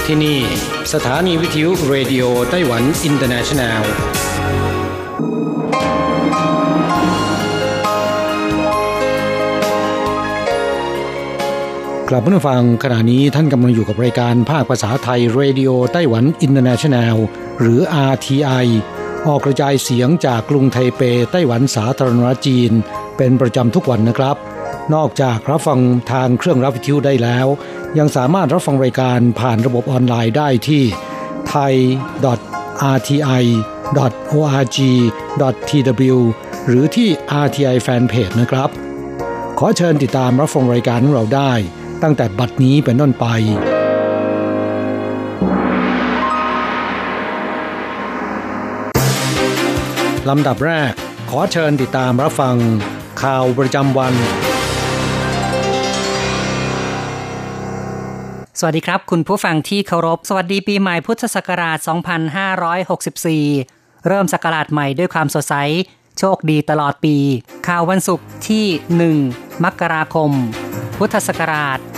ที่นี่สถานีวิทยุเรดิโอไต้หวันอินเตอร์เนชั่นแนลกลับมาฟังขณะนี้ท่านกำลังอยู่กับรายการภาคภาษาไทยเรดิโอไต้หวันอินเตอร์เนชั่นแนลหรือ RTI ออกกระจายเสียงจากกรุงไทเปไต้หวันสาธารณรัฐจีนเป็นประจำทุกวันนะครับนอกจากรับฟังทางเครื่องรับวิทยุได้แล้วยังสามารถรับฟังรายการผ่านระบบออนไลน์ได้ที่ thai.rti.org.tw หรือที่ RTI Fanpage นะครับขอเชิญติดตามรับฟังรายการของเราได้ตั้งแต่บัดนี้เป็นต้นไปลำดับแรกขอเชิญติดตามรับฟังข่าวประจำวันสวัสดีครับคุณผู้ฟังที่เคารพสวัสดีปีใหม่พุทธศักราช 2564 เริ่มศักราชใหม่ด้วยความสดใสโชคดีตลอดปีข่าววันศุกร์ที่ 1 มกราคม พุทธศักราช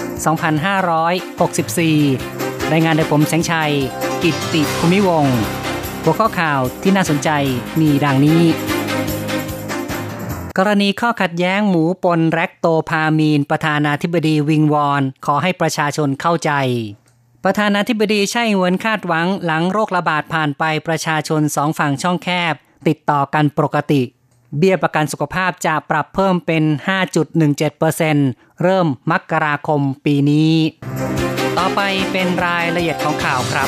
2564 รายงานโดยผมแสงชัย กิตติภูมิวงศ์หัวข้อข่าวที่น่าสนใจมีดังนี้กรณีข้อขัดแย้งหมูปนแรคโตพามีนประธานาธิบดีวิงวอนขอให้ประชาชนเข้าใจประธานาธิบดีไช่เหวินคาดหวังหลังโรคระบาดผ่านไปประชาชน2ฝั่งช่องแคบติดต่อกันปกติเบี้ยประกันสุขภาพจะปรับเพิ่มเป็น 5.17% เริ่มมกราคมปีนี้ต่อไปเป็นรายละเอียดของข่าวครับ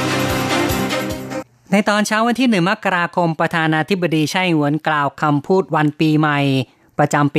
ในตอนเช้าวันที่1 มกราคมประธานาธิบดีไช่เหวินกล่าวคำพูดวันปีใหม่ประจำปี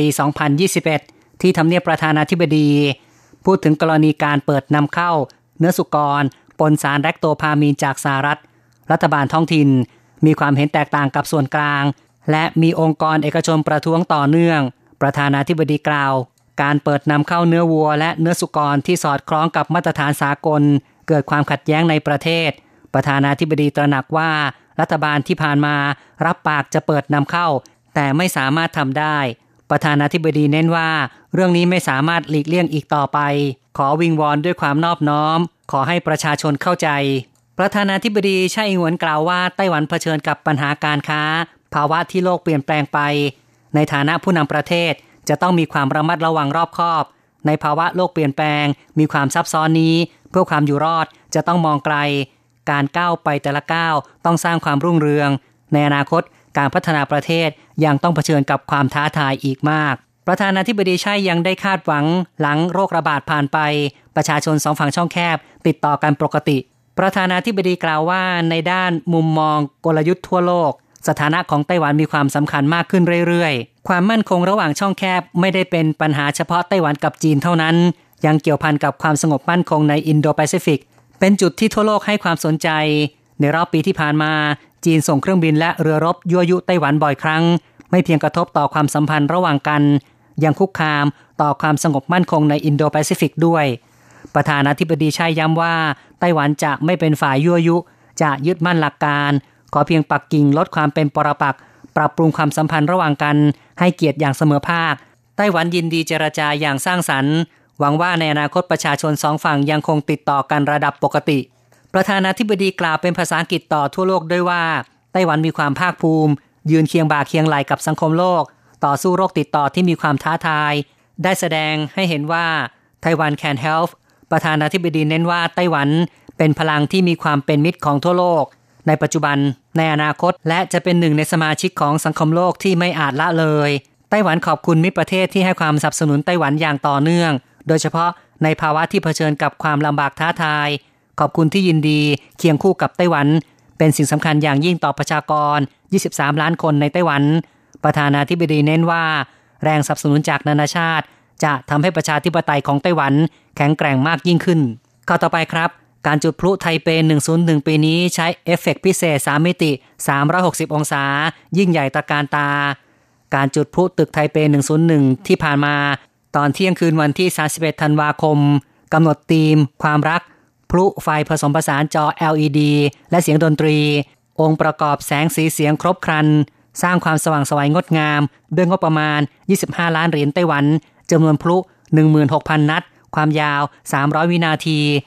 2021 ที่ทำเนียบประธานาธิบดีพูดถึงกรณีการเปิดนำเข้าเนื้อสุกรปนสารแรคโตพามีนจากสหรัฐรัฐบาลท้องถิ่นมีความเห็นแตกต่างกับส่วนกลางและมีองค์กรเอกชนประท้วงต่อเนื่องประธานาธิบดีกล่าวการเปิดนำเข้าเนื้อวัวและเนื้อสุกรที่สอดคล้องกับมาตรฐานสากลเกิดความขัดแย้งในประเทศประธานาธิบดีตระหนักว่ารัฐบาลที่ผ่านมารับปากจะเปิดนำเข้าแต่ไม่สามารถทำได้ประธานาธิบดีเน้นว่าเรื่องนี้ไม่สามารถหลีกเลี่ยงอีกต่อไปขอวิงวอนด้วยความนอบน้อมขอให้ประชาชนเข้าใจประธานาธิบดีไช่อิงหวนกล่าวว่าไต้หวันเผชิญกับปัญหาการค้าภาวะที่โลกเปลี่ยนแปลงไปในฐานะผู้นำประเทศจะต้องมีความระมัดระวังรอบคอบในภาวะโลกเปลี่ยนแปลงมีความซับซ้อนนี้เพื่อความอยู่รอดจะต้องมองไกลการก้าวไปแต่ละก้าวต้องสร้างความรุ่งเรืองในอนาคตการพัฒนาประเทศยังต้องเผชิญกับความท้าทายอีกมากประธานาธิบดีไช่ยังได้คาดหวังหลังโรคระบาดผ่านไปประชาชน2ฝั่งช่องแคบติดต่อกันปกติประธานาธิบดีกล่าวว่าในด้านมุมมองกลยุทธ์ทั่วโลกสถานะของไต้หวันมีความสำคัญมากขึ้นเรื่อยๆความมั่นคงระหว่างช่องแคบไม่ได้เป็นปัญหาเฉพาะไต้หวันกับจีนเท่านั้นยังเกี่ยวพันกับความสงบมั่นคงในอินโดแปซิฟิกเป็นจุดที่ทั่วโลกให้ความสนใจในรอบปีที่ผ่านมาจีนส่งเครื่องบินและเรือรบยั่วยุไต้หวันบ่อยครั้งไม่เพียงกระทบต่อความสัมพันธ์ระหว่างกันยังคุกคามต่อความสงบมั่นคงในอินโดแปซิฟิกด้วยประธานาธิบดีไช่ย้ำว่าไต้หวันจะไม่เป็นฝ่ายยั่วยุจะยึดมั่นหลักการขอเพียงปักกิ่งลดความเป็นปรปักษ์ปรับปรุงความสัมพันธ์ระหว่างกันให้เกียรติอย่างเสมอภาคไต้หวันยินดีเจรจาอย่างสร้างสรรค์หวังว่าในอนาคตประชาชน2ฝั่งยังคงติดต่อกันระดับปกติประธานาธิบดีกล่าวเป็นภาษาอังกฤษต่อทั่วโลกด้วยว่าไต้หวันมีความภาคภูมิยืนเคียงบ่าเคียงไหล่กับสังคมโลกต่อสู้โรคติดต่อที่มีความท้าทายได้แสดงให้เห็นว่าไต้หวัน can help ประธานาธิบดีเน้นว่าไต้หวันเป็นพลังที่มีความเป็นมิตรของทั่วโลกในปัจจุบันในอนาคตและจะเป็นหนึ่งในสมาชิกของสังคมโลกที่ไม่อาจละเลยไต้หวันขอบคุณมิตรประเทศที่ให้ความสนับสนุนไต้หวันอย่างต่อเนื่องโดยเฉพาะในภาวะที่เผชิญกับความลำบากท้าทายขอบคุณที่ยินดีเคียงคู่กับไต้หวันเป็นสิ่งสำคัญอย่างยิ่งต่อประชากร23ล้านคนในไต้หวันประธานาธิบดีเน้นว่าแรงสนับสนุนจากนานาชาติจะทำให้ประชาธิปไตยของไต้หวันแข็งแกร่งมากยิ่งขึ้นข้อต่อไปครับการจุดพลุไทเป101ปีนี้ใช้เอฟเฟกต์พิเศษ3มิติ360องศายิ่งใหญ่ตระการตาการจุดพลุตึกไทเป101ที่ผ่านมาตอนเที่ยงคืนวันที่31ธันวาคมกำหนดธีมความรักพลุไฟผสมผสานจอ LED และเสียงดนตรีองค์ประกอบแสงสีเสียงครบครันสร้างความสว่างไสวงดงามด้วยงบประมาณ25ล้านเหรียญไต้หวันจำนวนพลุ 16,000 นัดความยาว300วินาที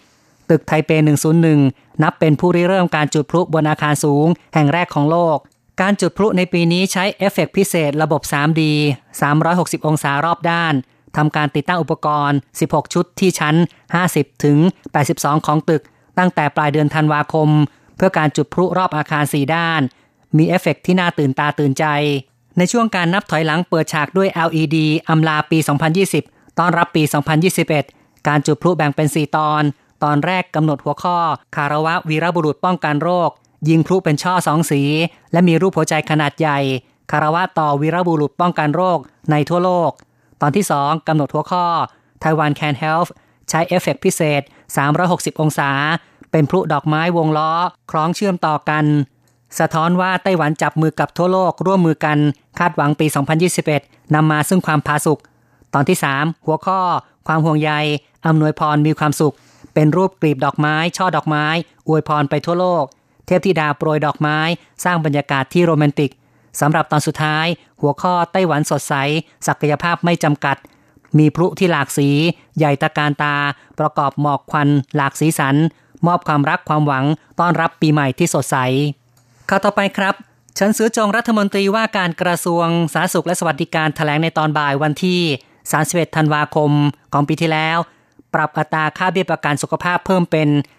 ตึกไทเป 101 นับเป็นผู้ริเริ่มการจุดพลุบนอาคารสูงแห่งแรกของโลกการจุดพลุในปีนี้ใช้เอฟเฟกต์พิเศษระบบ 3D 360 องศารอบด้านทำการติดตั้งอุปกรณ์16ชุดที่ชั้น50ถึง82ของตึกตั้งแต่ปลายเดือนธันวาคมเพื่อการจุดพลุรอบอาคาร4ด้านมีเอฟเฟกต์ที่น่าตื่นตาตื่นใจในช่วงการนับถอยหลังเปิดฉากด้วย LED อำลาปี 2020 ต้อนรับปี 2021 การจุดพลุแบ่งเป็น4ตอนแรกกำหนดหัวข้อคารวะวีรบุรุษป้องกันโรคยิงพลุเป็นช่อ2สีและมีรูปหัวใจขนาดใหญ่คารวะต่อวีรบุรุษป้องกันโรคในทั่วโลกตอนที่2กำหนดหัวข้อ Taiwan Can Help ใช้เอฟเฟกต์พิเศษ360องศาเป็นพลุดอกไม้วงล้อคล้องเชื่อมต่อกันสะท้อนว่าไต้หวันจับมือกับทั่วโลกร่วมมือกันคาดหวังปี 2021 นำมาซึ่งความผาสุกตอนที่3หัวข้อความห่วงใยอำนวยพรมีความสุขเป็นรูปกลีบดอกไม้ช่อดอกไม้อวยพรไปทั่วโลกเทพธิดาโปรยดอกไม้สร้างบรรยากาศที่โรแมนติกสำหรับตอนสุดท้ายหัวข้อไต้หวันสดใสศักยภาพไม่จำกัดมีพลุที่หลากสีใหญ่ตระการตาประกอบหมอกควันหลากสีสันมอบความรักความหวังต้อนรับปีใหม่ที่สดใสข่าวต่อไปครับเฉินซือจงรัฐมนตรีว่าการกระทรวงสาธารณสุขและสวัสดิการแถลงในตอนบ่ายวันที่31ธันวาคมของปีที่แล้วปรับอัตราค่าเบี้ยประกันสุขภาพเพิ่มเป็น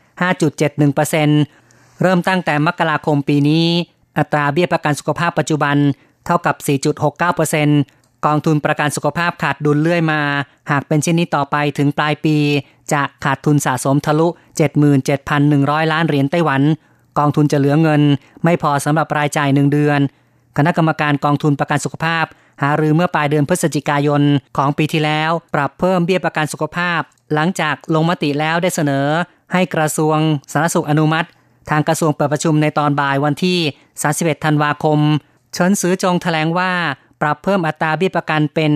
5.71%เริ่มตั้งแต่มกราคมปีนี้อัตราเบี้ยประกันสุขภาพปัจจุบันเท่ากับ 4.69% กองทุนประกันสุขภาพขาดดุลเรื่อยมาหากเป็นเช่นนี้ต่อไปถึงปลายปีจะขาดทุนสะสมทะลุ 77,100 ล้านเหรียญไต้หวันกองทุนจะเหลือเงินไม่พอสำหรับรายจ่าย1เดือนคณะกรรมการกองทุนประกันสุขภาพหารือเมื่อปลายเดือนพฤศจิกายนของปีที่แล้วปรับเพิ่มเบี้ยประกันสุขภาพหลังจากลงมติแล้วได้เสนอให้กระทรวงสาธารณสุขอนุมัติทางกระทรวงเปิดประชุมในตอนบ่ายวันที่31ธันวาคมเฉินซือจงแถลงว่าปรับเพิ่มอัตราเบี้ยประกันเป็น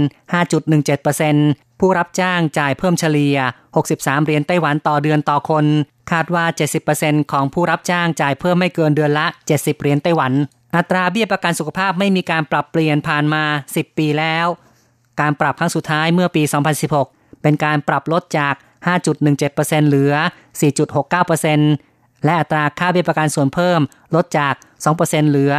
5.17% ผู้รับจ้างจ่ายเพิ่มเฉลี่ย63เหรียญไต้หวันต่อเดือนต่อคนคาดว่า 70% ของผู้รับจ้างจ่ายเพิ่มไม่เกินเดือนละ70เหรียญไต้หวันอัตราเบี้ยประกันสุขภาพไม่มีการปรับเปลี่ยนผ่านมา10ปีแล้วการปรับครั้งสุดท้ายเมื่อปี 2016 เป็นการปรับลดจาก 5.17% เหลือ 4.69% และอัตราค่าเบี้ยประกันส่วนเพิ่มลดจาก 2% เหลือ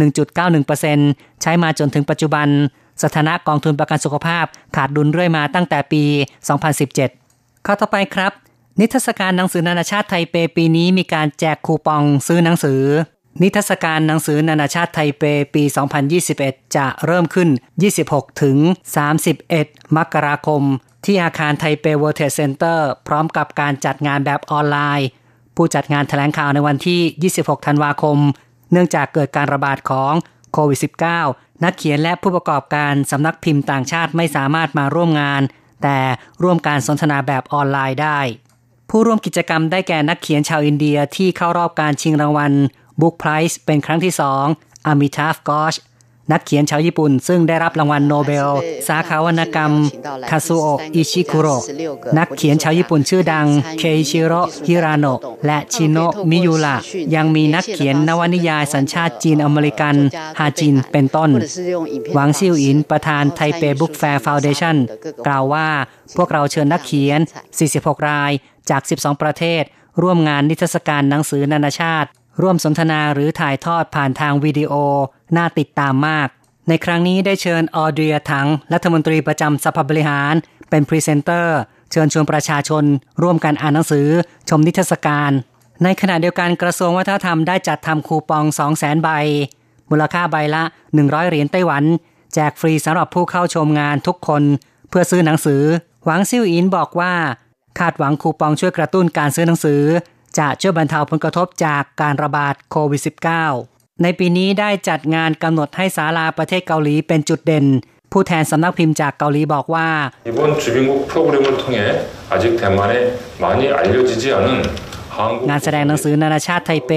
1.91% ใช้มาจนถึงปัจจุบันสถานะกองทุนประกันสุขภาพขาดดุลเรื่อยมาตั้งแต่ปี 2017 ข้อต่อไปครับนิทรรศการหนังสือนานาชาติไทเปปีนี้มีการแจกคูปองซื้อหนังสือนิทรรศการหนังสือนานาชาติไทเปปี 2021 จะเริ่มขึ้น 26 ถึง 31 มกราคมที่อาคารไทเป World Trade Center พร้อมกับการจัดงานแบบออนไลน์ผู้จัดงานแถลงข่าวในวันที่ 26 ธันวาคมเนื่องจากเกิดการระบาดของโควิด -19 นักเขียนและผู้ประกอบการสำนักพิมพ์ต่างชาติไม่สามารถมาร่วมงานแต่ร่วมการสนทนาแบบออนไลน์ได้ผู้ร่วมกิจกรรมได้แก่นักเขียนชาวอินเดียที่เข้ารอบการชิงรางวัลBook Prize เป็นครั้งที่2 Amitav Ghosh นักเขียนชาวญี่ปุ่นซึ่งได้รับรางวัลโนเบลสาขาวรรณกรรมคาซุโอะอิชิคุโระนักเขียนชาวญี่ปุ่นชื่อดังเคอิชิโร่ฮิราโนะและชิโนะมิยุระยังมีนักเขียนนวนิยายสัญชาติจีนอเมริกันฮาจินเป็นต้นหวังซิ่วอินประธานไทเปบุ๊กแฟร์ฟาวเดชั่นกล่าวว่าพวกเราเชิญนักเขียน46รายจาก12ประเทศร่วมงานนิทรรศการหนังสือนานาชาติร่วมสนทนาหรือถ่ายทอดผ่านทางวิดีโอน่าติดตามมากในครั้งนี้ได้เชิญออเดรียถังรัฐมนตรีประจำสภาบริหารเป็นพรีเซนเตอร์เชิญชวนประชาชนร่วมกันอ่านหนังสือชมนิทรรศการในขณะเดียวกันกระทรวงวัฒนธรรมได้จัดทำคูปอง 200,000 ใบมูลค่าใบละ100เหรียญไต้หวันแจกฟรีสำหรับผู้เข้าชมงานทุกคนเพื่อซื้อหนังสือหวังซิ่วอินบอกว่าคาดหวังคูปองช่วยกระตุ้นการซื้อหนังสือจะช่วยบรรเทาผลกระทบจากการระบาดโควิด -19 ในปีนี้ได้จัดงานกำหนดให้ศาลาประเทศเกาหลีเป็นจุดเด่นผู้แทนสำนักพิมพ์จากเกาหลีบอกว่า이번 주빈국 프로그램을 통해 아직 대만에 많이 알려지지 않은งานแสดงหนังสือนานาชาติไทเป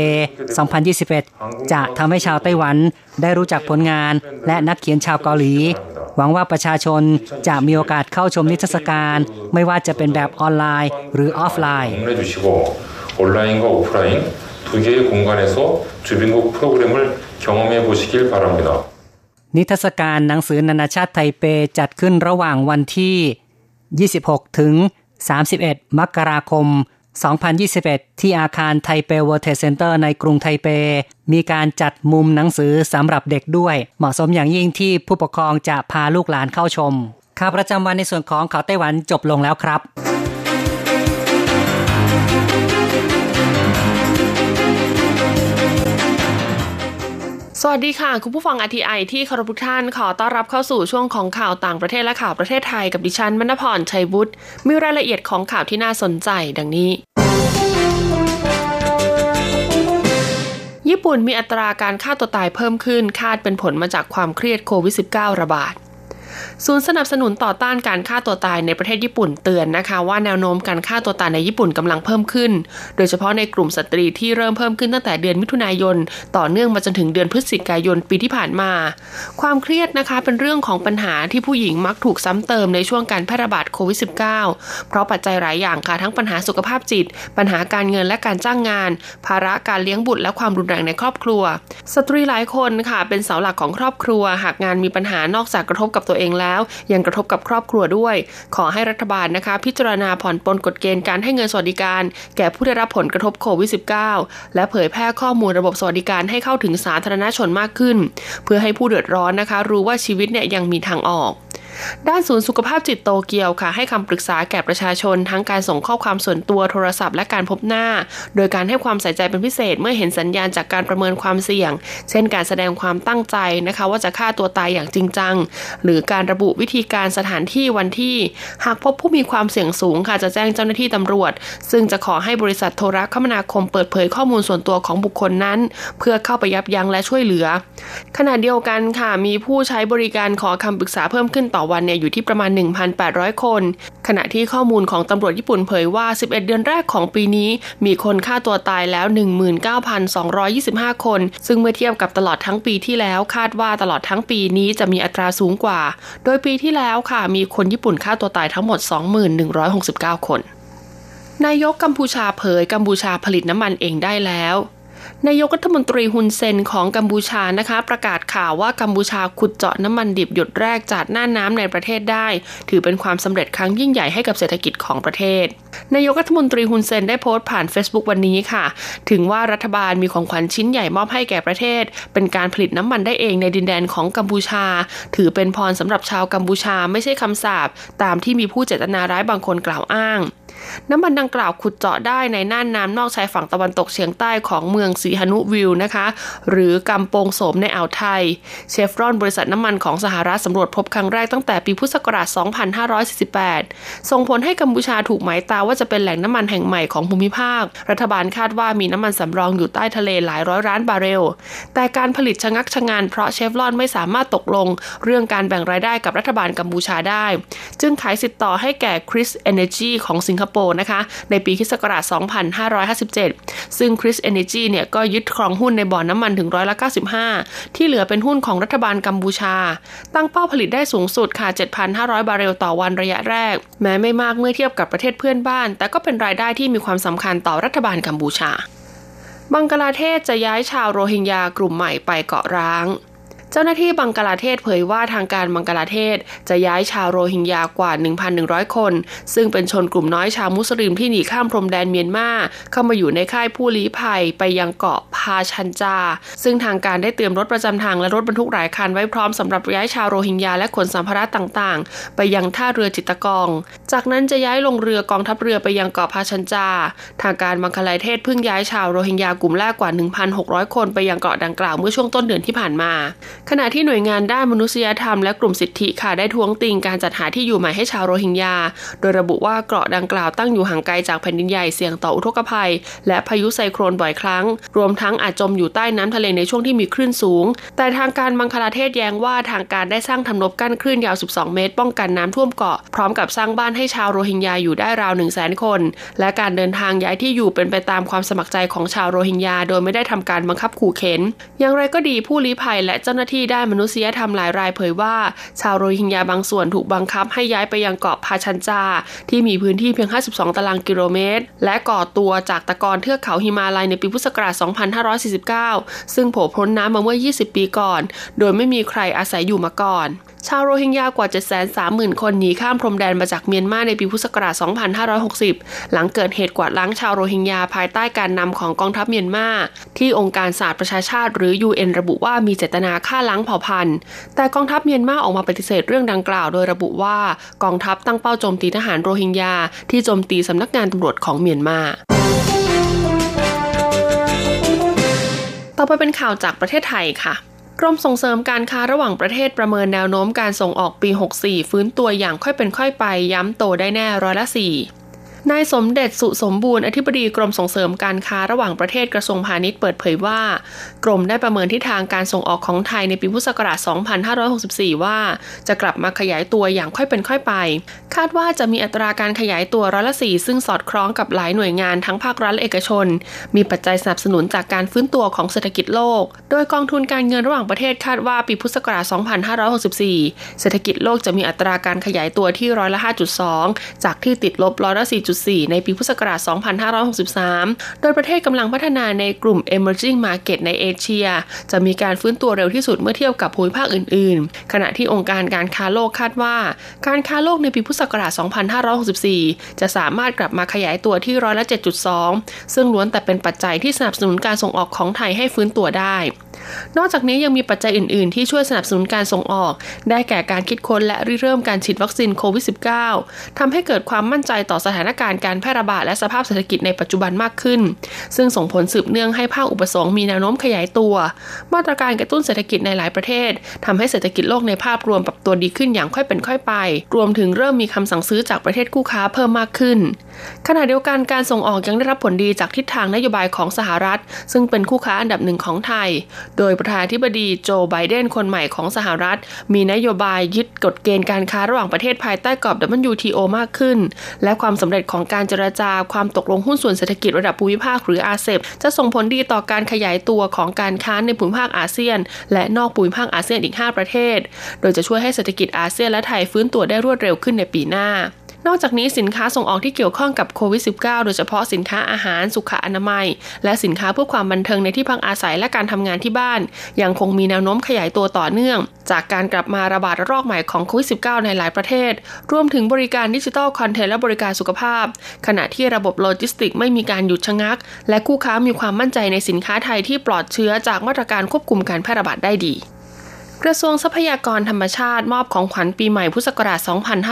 2021 จะทำให้ชาวไต้หวันได้รู้จักผลงานและนักเขียนชาวเกาหลีหวังว่าประชาชนจะมีโอกาสเข้าชมนิทรรศการไม่ว่าจะเป็นแบบออนไลน์หรือออฟไลน์ 온라인과 오프라인 두 개의 공간에서 주빈국 프로그램을 경험해 보시길 바랍니다. นิทรรศการหนังสือนานาชาติไทเปจัดขึ้นระหว่างวันที่26ถึง31มกราคม 2021 ที่อาคารไทเปเวิลด์เทรดเซ็นเตอร์ในกรุงไทเปมีการจัดมุมหนังสือสำหรับเด็กด้วยเหมาะสมอย่างยิ่งที่ผู้ปกครองจะพาลูกหลานเข้าชมข่าวประจำวันในส่วนของข่าวไต้หวันจบลงแล้วครับสวัสดีค่ะคุณผู้ฟัง RTI ที่เคารพทุกท่านขอต้อนรับเข้าสู่ช่วงของข่าวต่างประเทศและข่าวประเทศไทยกับดิฉันมณพรชัยวุฒิมีรายละเอียดของข่าวที่น่าสนใจดังนี้ญี่ปุ่นมีอัตราการฆ่าตัวตายเพิ่มขึ้นคาดเป็นผลมาจากความเครียดโควิด -19 ระบาดศูนย์สนับสนุนต่อต้านการฆ่าตัวตายในประเทศญี่ปุ่นเตือนนะคะว่าแนวโน้มการฆ่าตัวตายในญี่ปุ่นกำลังเพิ่มขึ้นโดยเฉพาะในกลุ่มสตรีที่เริ่มเพิ่มขึ้นตั้งแต่เดือนมิถุนายนต่อเนื่องมาจนถึงเดือนพฤศจิกายนปีที่ผ่านมาความเครียดนะคะเป็นเรื่องของปัญหาที่ผู้หญิงมักถูกซ้ำเติมในช่วงการแพร่ระบาดโควิด -19 เพราะปัจจัยหลายอย่างค่ะทั้งปัญหาสุขภาพจิตปัญหาการเงินและการจ้างงานภาระการเลี้ยงบุตรและความรุนแรงในครอบครัวสตรีหลายคนค่ะเป็นเสาหลักของครอบครัวหากงานมีปัญหานอกจากกระทบกับตัวเองแล้วยังกระทบกับครอบครัวด้วยขอให้รัฐบาลนะคะพิจารณาผ่อนปลนกฎเกณฑ์การให้เงินสวัสดิการแก่ผู้ได้รับผลกระทบโควิด -19 และเผยแพร่ข้อมูลระบบสวัสดิการให้เข้าถึงสาธารณชนมากขึ้นเพื่อให้ผู้เดือดร้อนนะคะรู้ว่าชีวิตเนี่ยยังมีทางออกด้านศูนย์สุขภาพจิตโตเกียวค่ะให้คำปรึกษาแก่ประชาชนทั้งการส่งข้อความส่วนตัวโทรศัพท์และการพบหน้าโดยการให้ความใส่ใจเป็นพิเศษเมื่อเห็นสัญญาณจากการประเมินความเสี่ยงเช่นการแสดงความตั้งใจนะคะว่าจะฆ่าตัวตายอย่างจริงจังหรือการระบุวิธีการสถานที่วันที่หากพบผู้มีความเสี่ยงสูงค่ะจะแจ้งเจ้าหน้าที่ตำรวจซึ่งจะขอให้บริษัทโทรคมนาคมเปิดเผยข้อมูลส่วนตัวของบุคคลนั้นเพื่อเข้าไปยับยั้งและช่วยเหลือขณะเดียวกันค่ะมีผู้ใช้บริการขอคำปรึกษาเพิ่มขึ้นต่อวันเนี่ยอยู่ที่ประมาณ 1,800 คนขณะที่ข้อมูลของตำรวจญี่ปุ่นเผยว่า11เดือนแรกของปีนี้มีคนฆ่าตัวตายแล้ว 19,225 คนซึ่งเมื่อเทียบกับตลอดทั้งปีที่แล้วคาดว่าตลอดทั้งปีนี้จะมีอัตราสูงกว่าโดยปีที่แล้วค่ะมีคนญี่ปุ่นฆ่าตัวตายทั้งหมด 2169 คนนายกกัมพูชาเผยกัมพูชาผลิตน้ำมันเองได้แล้วนายกรัฐมนตรีฮุนเซนของกัมพูชานะคะประกาศข่าวว่ากัมพูชาขุดเจาะน้ำมันดิบหยดแรกจากน่านน้ำในประเทศได้ถือเป็นความสำเร็จครั้งยิ่งใหญ่ให้กับเศรษฐกิจของประเทศนายกรัฐมนตรีฮุนเซนได้โพสต์ผ่าน Facebook วันนี้ค่ะถึงว่ารัฐบาลมีของขวัญชิ้นใหญ่มอบให้แก่ประเทศเป็นการผลิตน้ำมันได้เองในดินแดนของกัมพูชาถือเป็นพรสำหรับชาวกัมพูชาไม่ใช่คำสาปตามที่มีผู้เจตนาร้ายบางคนกล่าวอ้างน้ำมันดังกล่าวขุดเจาะได้ในน่านน้ำนอกชายฝั่งตะวันตกเฉียงใต้ของเมืองสีหนุวิลนะคะหรือกำปงโสมในอ่าวไทยเชฟรอนบริษัทน้ำมันของสหรัฐสำรวจพบครั้งแรกตั้งแต่ปีพุทธศักราช 2548 ส่งผลให้กัมพูชาถูกหมายตาว่าจะเป็นแหล่งน้ำมันแห่งใหม่ของภูมิภาครัฐบาลคาดว่ามีน้ำมันสำรองอยู่ใต้ทะเลหลายร้อยล้านบาร์เรลแต่การผลิตชะงักชะงันเพราะเชฟรอนไม่สามารถตกลงเรื่องการแบ่งรายได้กับรัฐบาลกัมพูชาได้จึงขายสิทธิ์ต่อให้แก่ Chris Energy ของสิงคโปร์นะคะในปีค.ศ. 2557 ซึ่ง Chris Energy เนี่ยก็ยึดครองหุ้นในบ่อน้ำมันถึง95%ที่เหลือเป็นหุ้นของรัฐบาลกัมพูชาตั้งเป้าผลิตได้สูงสุดค่ะ 7,500 บาร์เรลต่อวันระยะแรกแม้ไม่มากเมื่อเทียบกับประเทศเพื่อนบ้านแต่ก็เป็นรายได้ที่มีความสำคัญต่อรัฐบาลกัมพูชาบังกลาเทศจะย้ายชาวโรฮิงญากลุ่มใหม่ไปเกาะร้างเจ้าหน้าที่บังกลาเทศเผยว่าทางการบังกลาเทศจะย้ายชาวโรฮิงญากว่า 1,100 คนซึ่งเป็นชนกลุ่มน้อยชาวมุสลิมที่หนีข้ามพรมแดนเมียนมาเข้ามาอยู่ในค่ายผู้ลี้ภัยไปยังเกาะพาชันจาซึ่งทางการได้เตรียมรถประจำทางและรถบรรทุกหลายคันไว้พร้อมสำหรับย้ายชาวโรฮิงญาและขนสัมภาระต่างๆไปยังท่าเรือจิตรกองจากนั้นจะย้ายลงเรือกองทัพเรือไปยังเกาะพาชันจาทางการบังกลาเทศเพิ่งย้ายชาวโรฮิงญากลุ่มแรกกว่า 1,600 คนไปยังเกาะดังกล่าวเมื่อช่วงต้นเดือนที่ผ่านมาขณะที่หน่วยงานด้านมนุษยธรรมและกลุ่มสิทธิค่ะได้ท้วงติงการจัดหาที่อยู่ใหม่ให้ชาวโรฮิงญาโดยระบุว่าเกาะดังกล่าวตั้งอยู่ห่างไกลจากแผ่นดินใหญ่เสี่ยงต่ออุทกภัยและพายุไซโคลนบ่อยครั้งรวมทั้งอาจจมอยู่ใต้น้ำทะเลในช่วงที่มีคลื่นสูงแต่ทางการบังกลาเทศแย้งว่าทางการได้สร้างทำนบกั้นคลื่นยาว12เมตรป้องกันน้ำท่วมเกาะพร้อมกับสร้างบ้านให้ชาวโรฮิงญาอยู่ได้ราว 100,000 คนและการเดินทางย้ายที่อยู่เป็นไปตามความสมัครใจของชาวโรฮิงญาโดยไม่ได้ทำการบังคับขู่เข็นอย่างไรก็ดีผู้ลี้ภัยและเจ้าหน้าที่ด้านมนุษยธรรมหลายรายเผยว่าชาวโรฮิงญาบางส่วนถูกบังคับให้ย้ายไปยังเกาะพาชันจาที่มีพื้นที่เพียง52ตารางกิโลเมตรและก่อตัวจากตะกอนเทือกเขาหิมาลัยในปีพุทธศักราช 2549 ซึ่งโผล่พ้นน้ำมาเมื่อ20 ปีก่อนโดยไม่มีใครอาศัยอยู่มาก่อนชาวโรฮิงญากว่า 730,000 คนหนีข้ามพรมแดนมาจากเมียนมาในปีพุทธศักราช 2560 หลังเกิดเหตุกวาดล้างชาวโรฮิงญาภายใต้การนำของกองทัพเมียนมาที่องค์การสหประชาชาติหรือ UN ระบุว่ามีเจตนาฆ่าล้างเผ่าพันธุ์แต่กองทัพเมียนมาออกมาปฏิเสธเรื่องดังกล่าวโดยระบุว่ากองทัพตั้งเป้าโจมตีทหารโรฮิงญาที่โจมตีสำนักงานตำรวจของเมียนมาต่อไปเป็นข่าวจากประเทศไทยค่ะกรมส่งเสริมการค้าระหว่างประเทศประเมินแนวโน้มการส่งออกปี 64 ฟื้นตัวอย่างค่อยเป็นค่อยไปย้ำโตได้แน่4%นายสมเด็จสุสมบูรณ์อธิบดีกรมส่งเสริมการค้าระหว่างประเทศกระทรวงพาณิชย์เปิดเผยว่ากรมได้ประเมินทิศทางการส่งออกของไทยในปีพุทธศักราช 2564 ว่าจะกลับมาขยายตัวอย่างค่อยเป็นค่อยไปคาดว่าจะมีอัตราการขยายตัว4%ซึ่งสอดคล้องกับหลายหน่วยงานทั้งภาครัฐและเอกชนมีปัจจัยสนับสนุนจากการฟื้นตัวของเศรษฐกิจโลกโดยกองทุนการเงินระหว่างประเทศคาดว่าปีพุทธศักราช 2564 เศรษฐกิจโลกจะมีอัตราการขยายตัวที่5.2% จากที่ติดลบ4.4% ในปีพุทธศักราช 2563 โดยประเทศกำลังพัฒนาในกลุ่ม Emerging Market ในเอเชียจะมีการฟื้นตัวเร็วที่สุดเมื่อเทียบกับภูมิภาคอื่นๆขณะที่องค์การการค้าโลกคาดว่าการค้าโลกในปีพุทธศักราช 2564 จะสามารถกลับมาขยายตัวที่7.2% ซึ่งล้วนแต่เป็นปัจจัยที่สนับสนุนการส่งออกของไทยให้ฟื้นตัวได้นอกจากนี้ยังมีปัจจัยอื่นๆที่ช่วยสนับสนุนการส่งออกได้แก่การคิดค้นและริเริ่มการฉีดวัคซีนโควิด -19 ทำให้เกิดความมั่นใจต่อสถานการณ์การแพร่ระบาดและสภาพเศรษฐกิจในปัจจุบันมากขึ้นซึ่งส่งผลสืบเนื่องให้ภาคอุปสงค์มีแนวโน้มขยายตัวมาตรการกระตุ้นเศรษฐกิจในหลายประเทศทำให้เศรษฐกิจโลกในภาพรวมปรับตัวดีขึ้นอย่างค่อยเป็นค่อยไปรวมถึงเริ่มมีคำสั่งซื้อจากประเทศคู่ค้าเพิ่มมากขึ้นขณะเดียวกันการส่งออกยังได้รับผลดีจากทิศทางนโยบายของสหรัฐซึ่งเป็นคู่ค้าอันดับหนึ่งของไทยโดยประธานาธิบดีโจไบเดนคนใหม่ของสหรัฐมีนโยบายยึดกฎเกณฑ์การค้าระหว่างประเทศภายใต้กรอบ WTO มากขึ้นและความสำเร็จของการเจรจาความตกลงหุ้นส่วนเศรษฐกิจระดับภูมิภาคหรืออาเซปจะส่งผลดีต่อการขยายตัวของการค้าในภูมิภาคอาเซียนและนอกภูมิภาคอาเซียนอีก5ประเทศโดยจะช่วยให้เศรษฐกิจอาเซียนและไทยฟื้นตัวได้รวดเร็วขึ้นในปีหน้านอกจากนี้สินค้าส่งออกที่เกี่ยวข้องกับโควิด -19 โดยเฉพาะสินค้าอาหารสุขอนามัยและสินค้าเพื่อความบันเทิงในที่พักอาศัยและการทำงานที่บ้านยังคงมีแนวโน้มขยายตัวต่อเนื่องจากการกลับมาระบาดระลอกใหม่ของโควิด -19 ในหลายประเทศรวมถึงบริการดิจิทัลคอนเทนต์และบริการสุขภาพขณะที่ระบบโลจิสติกส์ไม่มีการหยุดชะงักและคู่ค้ามีความมั่นใจในสินค้าไทยที่ปลอดเชื้อจากมาตรการควบคุมการแพร่ระบาดได้ดีกระทรวงทรัพยากรธรรมชาติมอบของขวัญปีใหม่พุทธศักราช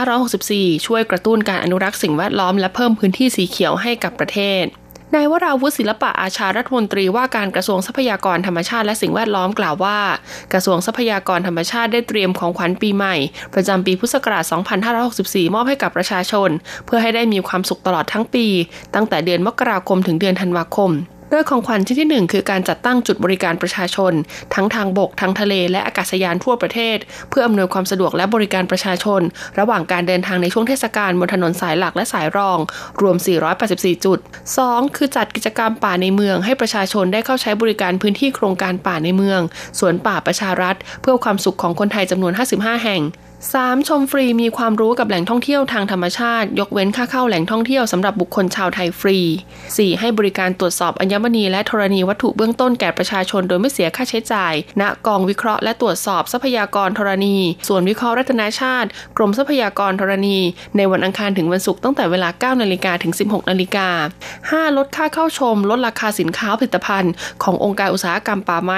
2564 ช่วยกระตุ้นการอนุรักษ์สิ่งแวดล้อมและเพิ่มพื้นที่สีเขียวให้กับประเทศนายวราวุฒิศิลปะอาชารัฐมนตรีว่าการกระทรวงทรัพยากรธรรมชาติและสิ่งแวดล้อมกล่าวว่ากระทรวงทรัพยากรธรรมชาติได้เตรียมของขวัญปีใหม่ประจำปีพุทธศักราช 2564 มอบให้กับประชาชนเพื่อให้ได้มีความสุขตลอดทั้งปีตั้งแต่เดือนมกราคมถึงเดือนธันวาคมโดยของขวัญชิ้นที่1คือการจัดตั้งจุดบริการประชาชนทั้งทางบกทางทะเลและอากาศยานทั่วประเทศเพื่ออำนวยความสะดวกและบริการประชาชนระหว่างการเดินทางในช่วงเทศกาลบนถนนสายหลักและสายรองรวม484จุด 2. คือจัดกิจกรรมป่าในเมืองให้ประชาชนได้เข้าใช้บริการพื้นที่โครงการป่าในเมืองสวนป่าประชารัฐเพื่อความสุขของคนไทยจำนวน55แห่ง3. ชมฟรีมีความรู้กับแหล่งท่องเที่ยวทางธรรมชาติยกเว้นค่าเข้าแหล่งท่องเที่ยวสำหรับบุคคลชาวไทยฟรี 4. ให้บริการตรวจสอบอัญมณีและธรณีวัตถุเบื้องต้นแก่ประชาชนโดยไม่เสียค่าใช้จ่ายณกองวิเคราะห์และตรวจสอบทรัพยากรธรณีส่วนวิเคราะห์รัตนชาติกรมทรัพยากรธรณีในวันอังคารถึงวันศุกร์ตั้งแต่เวลา 9 นาฬิกาถึง 16 นาฬิกา 5. ลดค่าเข้าชมลดราคาสินค้าผลิตภัณฑ์ขององค์การอุตสาหกรรมป่าไม้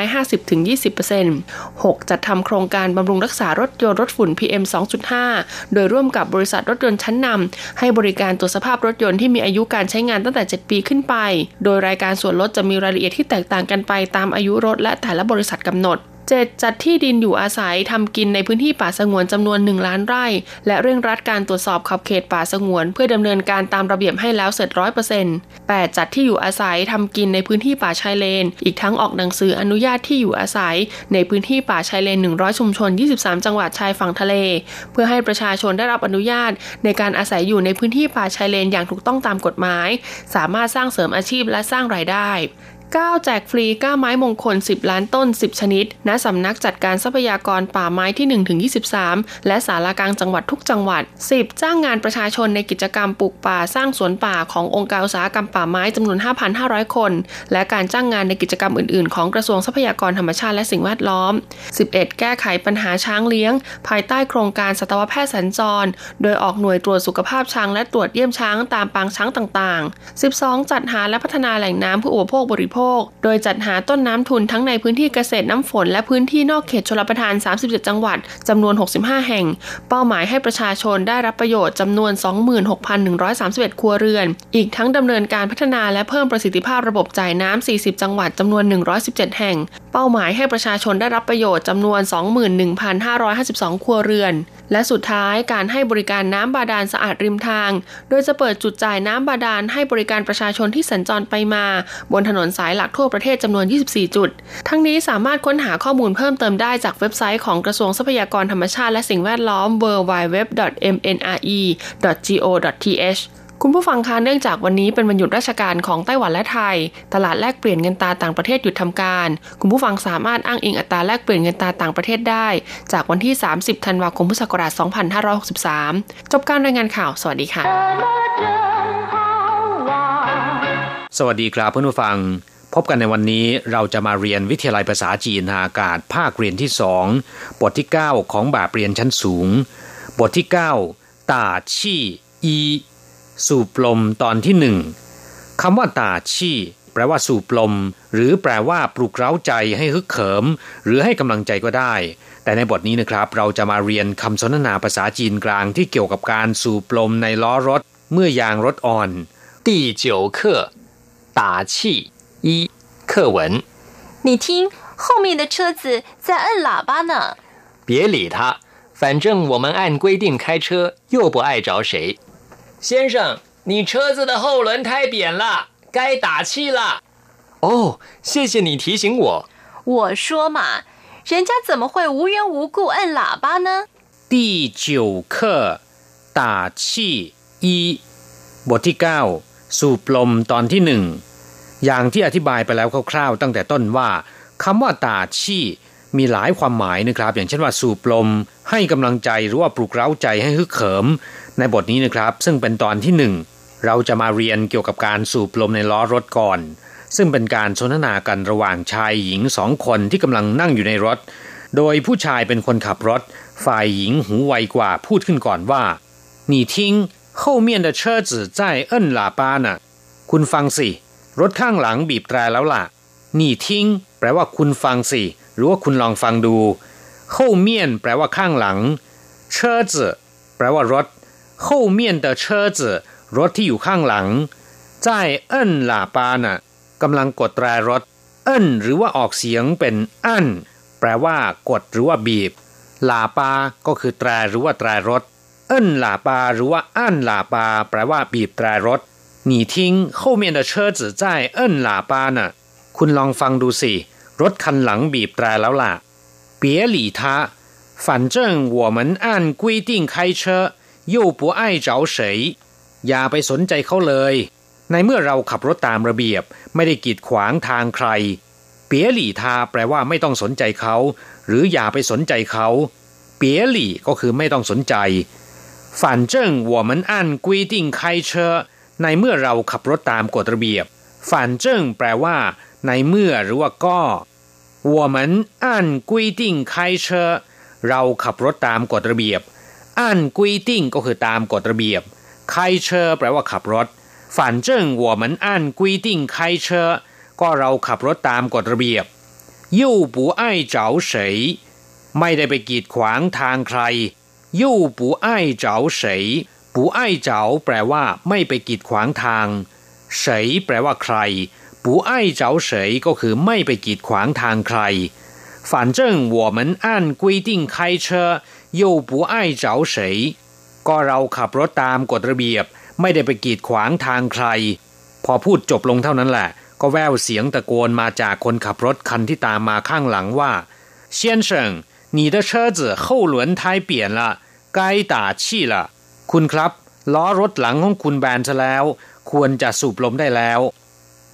50-20% 6. จัดทำโครงการบำรุงรักษารถยนต์ลดฝุ่น PM 2.5 โดยร่วมกับบริษัทรถยนต์ชั้นนำให้บริการตรวจสภาพรถยนต์ที่มีอายุการใช้งานตั้งแต่7ปีขึ้นไปโดยรายการส่วนลดจะมีรายละเอียดที่แตกต่างกันไปตามอายุรถและแต่ละบริษัทกำหนด 7. จัดที่ดินอยู่อาศัยทำกินในพื้นที่ป่าสงวนจำนวน1ล้านไร่และเร่งรัดการตรวจสอบขอบเขตป่าสงวนเพื่อดำเนินการตามระเบียบให้แล้วเสร็จ 100% 8. จัดที่อยู่อาศัยทำกินในพื้นที่ป่าชายเลนอีกทั้งออกหนังสืออนุญาตที่อยู่อาศัยในพื้นที่ป่าชายเลน100ชุมชน23จังหวัดชายฝั่งทะเลเพื่อให้ประชาชนได้รับอนุญาตในการอาศัยอยู่ในพื้นที่ป่าชายเลนอย่างถูกต้องตามกฎหมายสามารถสร้างเสริมอาชีพและสร้างรายได้ 9แจกฟรีก้าไม้มงคล10ล้านต้น10ชนิดณสำนักจัดการทรัพยากรป่าไม้ที่1ถึง23และศาลากลางจังหวัดทุกจังหวัด10จ้างงานประชาชนในกิจกรรมปลูกป่าสร้างสวนป่าขององค์การอุตสาหกรรมป่าไม้จำนวน 5,500 คนและการจ้างงานในกิจกรรมอื่นๆของกระทรวงทรัพยากรธรรมชาติและสิ่งแวดล้อม11แก้ไขปัญหาช้างเลี้ยงภายใต้โครงการสัตวแพทย์สัญจรโดยออกหน่วยตรวจสุขภาพช้างและตรวจเยี่ยมช้างตามปางช้างต่างๆ12จัดหาและพัฒนาแหล่งน้ำเพื่ออุปโภคบริโภคโดยจัดหาต้นน้ำทุนทั้งในพื้นที่เกษตรน้ำฝนและพื้นที่นอกเขตชลประทาน37จังหวัดจำนวน65แห่งเป้าหมายให้ประชาชนได้รับประโยชน์จำนวน 26,131 ครัวเรือนอีกทั้งดำเนินการพัฒนาและเพิ่มประสิทธิภาพระบบจ่ายน้ำ40จังหวัดจำนวน117แห่งเป้าหมายให้ประชาชนได้รับประโยชน์จำนวน 21,552 ครัวเรือนและสุดท้ายการให้บริการน้ำบาดาลสะอาดริมทางโดยจะเปิดจุดจ่ายน้ำบาดาลให้บริการประชาชนที่สัญจรไปมาบนถนนสายหลักทั่วประเทศจำนวน24จุดทั้งนี้สามารถค้นหาข้อมูลเพิ่มเติมได้จากเว็บไซต์ของกระทรวงทรัพยากรธรรมชาติและสิ่งแวดล้อม www.mnre.go.th คุณผู้ฟังคะเนื่องจากวันนี้เป็นวันหยุดราชการของไต้หวันและไทยตลาดแลกเปลี่ยนเงินตราต่างประเทศหยุดทำการคุณผู้ฟังสามารถอ้างอิงอัตราแลกเปลี่ยนเงินตราต่างประเทศได้จากวันที่30ธันวาคมพุทธศักราช2563จบการรายงานข่าวสวัสดีค่ะสวัสดีครับเพื่อนผู้ฟังพบกันในวันนี้เราจะมาเรียนวิทยาลัยภาษาจีนทางอากาศภาคเรียนที่2บทที่9ของแบบเรียนชั้นสูงบทที่9ต่าชี่อีสูบลมตอนที่1คำว่าต่าชี่แปลว่าสูบลมหรือแปลว่าปลุกเร้าใจให้ฮึกเหิมหรือให้กำลังใจก็ได้แต่ในบทนี้นะครับเราจะมาเรียนคำสนทนาภาษาจีนกลางที่เกี่ยวกับการสูบลมในล้อรถเมื่อยางรถอ่อน第9课打气一课文你听后面的车子在摁喇叭呢别理他反正我们按规定开车又不碍着谁先生你车子的后轮胎扁了该打气了哦谢谢你提醒我我说嘛人家怎么会无缘无故摁喇叭呢第9课打气一บทที่9สูบลมตอนที่1อย่างที่อธิบายไปแล้วคร่าวๆตั้งแต่ต้นว่าคำว่าต่าชี่มีหลายความหมายนะครับอย่างเช่นว่าสูบลมให้กำลังใจหรือว่าปลุกเร้าใจให้ฮึกเหิมในบทนี้นะครับซึ่งเป็นตอนที่1เราจะมาเรียนเกี่ยวกับการสูบลมในล้อรถก่อนซึ่งเป็นการสนทนากันระหว่างชายหญิง2คนที่กำลังนั่งอยู่ในรถโดยผู้ชายเป็นคนขับรถฝ่ายหญิงหูไวกว่าพูดขึ้นก่อนว่า你听后面的车子在摁喇叭呢คุณฟังสิรถข้างหลังบีบแตรแล้วล่ะนี่ทิ้งแปลว่าคุณฟังสิหรือว่าคุณลองฟังดู后面แปลว่าข้างหลัง车子แปลว่ารถ后面的车子รถที่อยู่ข้างหลัง在摁喇叭น่ะกำลังกดแตรรถเอิ้นหรือว่าออกเสียงเป็นอั้นแปลว่ากดหรือว่าบีบลาปาก็คือแตรหรือว่าแตรรถเอิ้นลาปาหรือว่าอั้นลาปาแปลว่าบีบแตรรถ你听后面的车子在摁喇叭呢คุณลองฟังดูสิรถคันหลังบีบแตรแล้วล่ะ别理他反正我们按规定开车又不碍着谁อย่าไปสนใจเขาเลยในเมื่อเราขับรถตามระเบียบไม่ได้กีดขวางทางใครเปียหลี่ทาแปลว่าไม่ต้องสนใจเขาหรืออย่าไปสนใจเขาเปียหลี่ก็คือไม่ต้องสนใจ反正我们按规定开车ในเมื่อเราขับรถตามกฎระเบียบ反正แปลว่าในเมื่อหรือว่าก็我们按规定开车เราขับรถตามกฎระเบียบ按规定ก็คือตามกฎระเบียบ开车แปลว่าขับรถ反正我们按规定开车ก็เราขับรถตามกฎระเบียบ又不碍着谁ไม่ได้ไปกีดขวางทางใคร又不碍着谁不碍着แปลว่าไม่ไปกีดขวางทาง谁แปลว่าใคร不碍着谁ก็คือไม่ไปกีดขวางทางใคร反正我们按规定开车又不碍着谁ก็เราขับรถตามกฎระเบียบไม่ได้ไปกีดขวางทางใครพอพูดจบลงเท่านั้นแหละก็แว่วเสียงตะโกนมาจากคนขับรถคันที่ตามมาข้างหลังว่า先生你的车子后轮胎扁了该打气了คุณครับล้อรถหลังของคุณแบนซะแล้วควรจะสูบลมได้แล้ว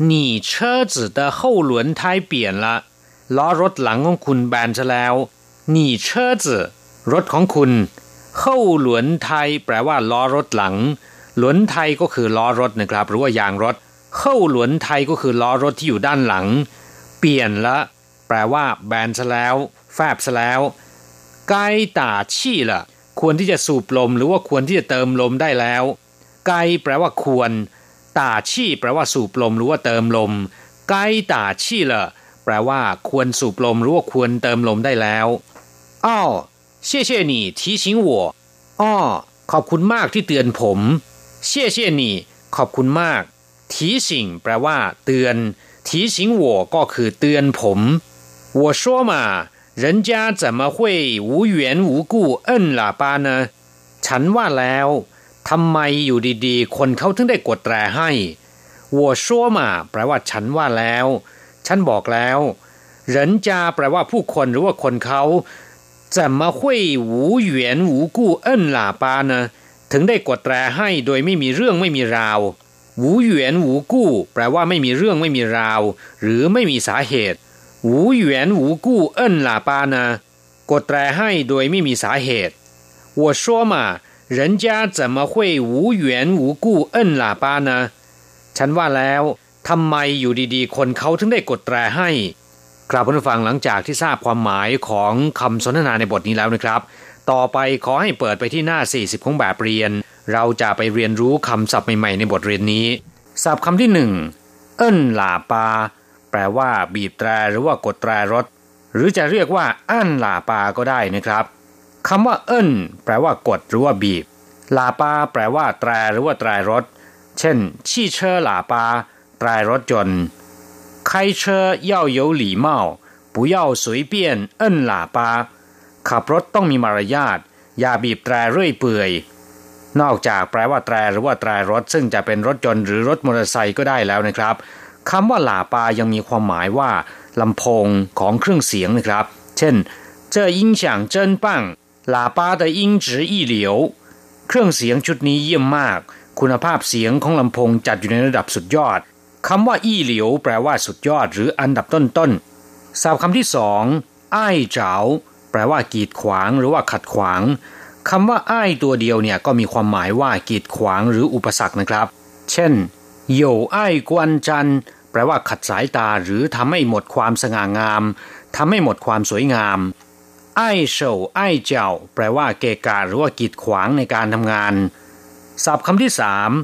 你车子的后轮胎扁了ล้อรถหลังของคุณแบนซะแล้ว你车子รถของคุณ后轮胎แปลว่าล้อรถหลังหลวนไทยก็คือล้อรถนะครับหรือว่ายางรถเข้าหลวนไทยก็คือล้อรถที่อยู่ด้านหลังเปลี่ยนละแปลว่าแบนซะแล้วแฟบซะแล้ว该打气了ควรที่จะสูบลมหรือว่าควรที่จะเติมลมได้แล้วไกแปลว่าควร打气แปลว่าสูบลมหรือว่าเติมลม该打气了แปลว่าควรสูบลมหรือว่าควรเติมลมได้แล้วอ้อ谢谢你提醒我อ้อขอบคุณมากที่เตือนผม谢谢你ขอบคุณมาก提醒แปลว่าเตือน提醒我ก็คือเตือนผม我说嘛人家怎么会无缘无故摁喇叭呢ฉันว่าแล้วทำไมอยู่ดีๆคนเขาถึงได้กดแตรให้我说嘛แปลว่าฉันว่าแล้วฉันบอกแล้ว人家แปลว่าผู้คนหรือว่าคนเขา怎么会无缘无故摁喇叭呢ถึงได้กดแตรให้โดยไม่มีเรื่องไม่มีราว无缘无故แปลว่าไม่มีเรื่องไม่มีราวหรือไม่มีสาเหตุ无缘无故摁喇叭呢กดแตรให้โดยไม่มีสาเหตุ我说嘛人家怎么会无缘无故摁喇叭呢ฉันว่าแล้วทำไมอยู่ดีๆคนเขาถึงได้กดแตรให้ครับผู้ฟังหลังจากที่ทราบความหมายของคำสนทนาในบทนี้แล้วนะครับต่อไปขอให้เปิดไปที่หน้า40ของแบบเรียนเราจะไปเรียนรู้คำศัพท์ใหม่ๆในบทเรียนนี้ศัพท์คำที่1เอิ้นหลาปาแปลว่าบีบแตรหรือว่ากดแตรรถหรือจะเรียกว่าอั้นหลาปาก็ได้นะครับคำว่าเอิ้นแปลว่ากดหรือว่าบีบหลาปาแปลว่าแตรหรือว่าแตรรถเช่น汽车หลาปาแตรรถยนต์开车要有礼貌不要随便摁喇叭ขับรถต้องมีมารยาทอย่าบีบแตรเรื่อยเปื่อยนอกจากแปลว่าแตรหรือว่าแตรรถซึ่งจะเป็นรถยนต์หรือรถมอเตอร์ไซค์ก็ได้แล้วนะครับคำว่าหลาปายังมีความหมายว่าลำโพงของเครื่องเสียงนะครับเช่น这音响真棒喇叭的音质一流เครื่องเสียงชุดนี้เยี่ยมมากคุณภาพเสียงของลำโพงจัดอยู่ในระดับสุดยอดคำว่าอี้เหลียวแปลว่าสุดยอดหรืออันดับต้นๆศัพท์คำที่2อ้ายเจ๋าแปลว่ากีดขวางหรือว่าขัดขวางคำว่าอ้ายตัวเดียวเนี่ยก็มีความหมายว่ากีดขวางหรืออุปสรรคนะครับเช่นโย่อ้ายกวนจันแปลว่าขัดสายตาหรือทำให้หมดความสง่างามทำให้หมดความสวยงามอ้ายเฉาอ้ายเจ้าแปลว่าเกะกะหรือว่ากีดขวางในการทำงานศัพท์คำที่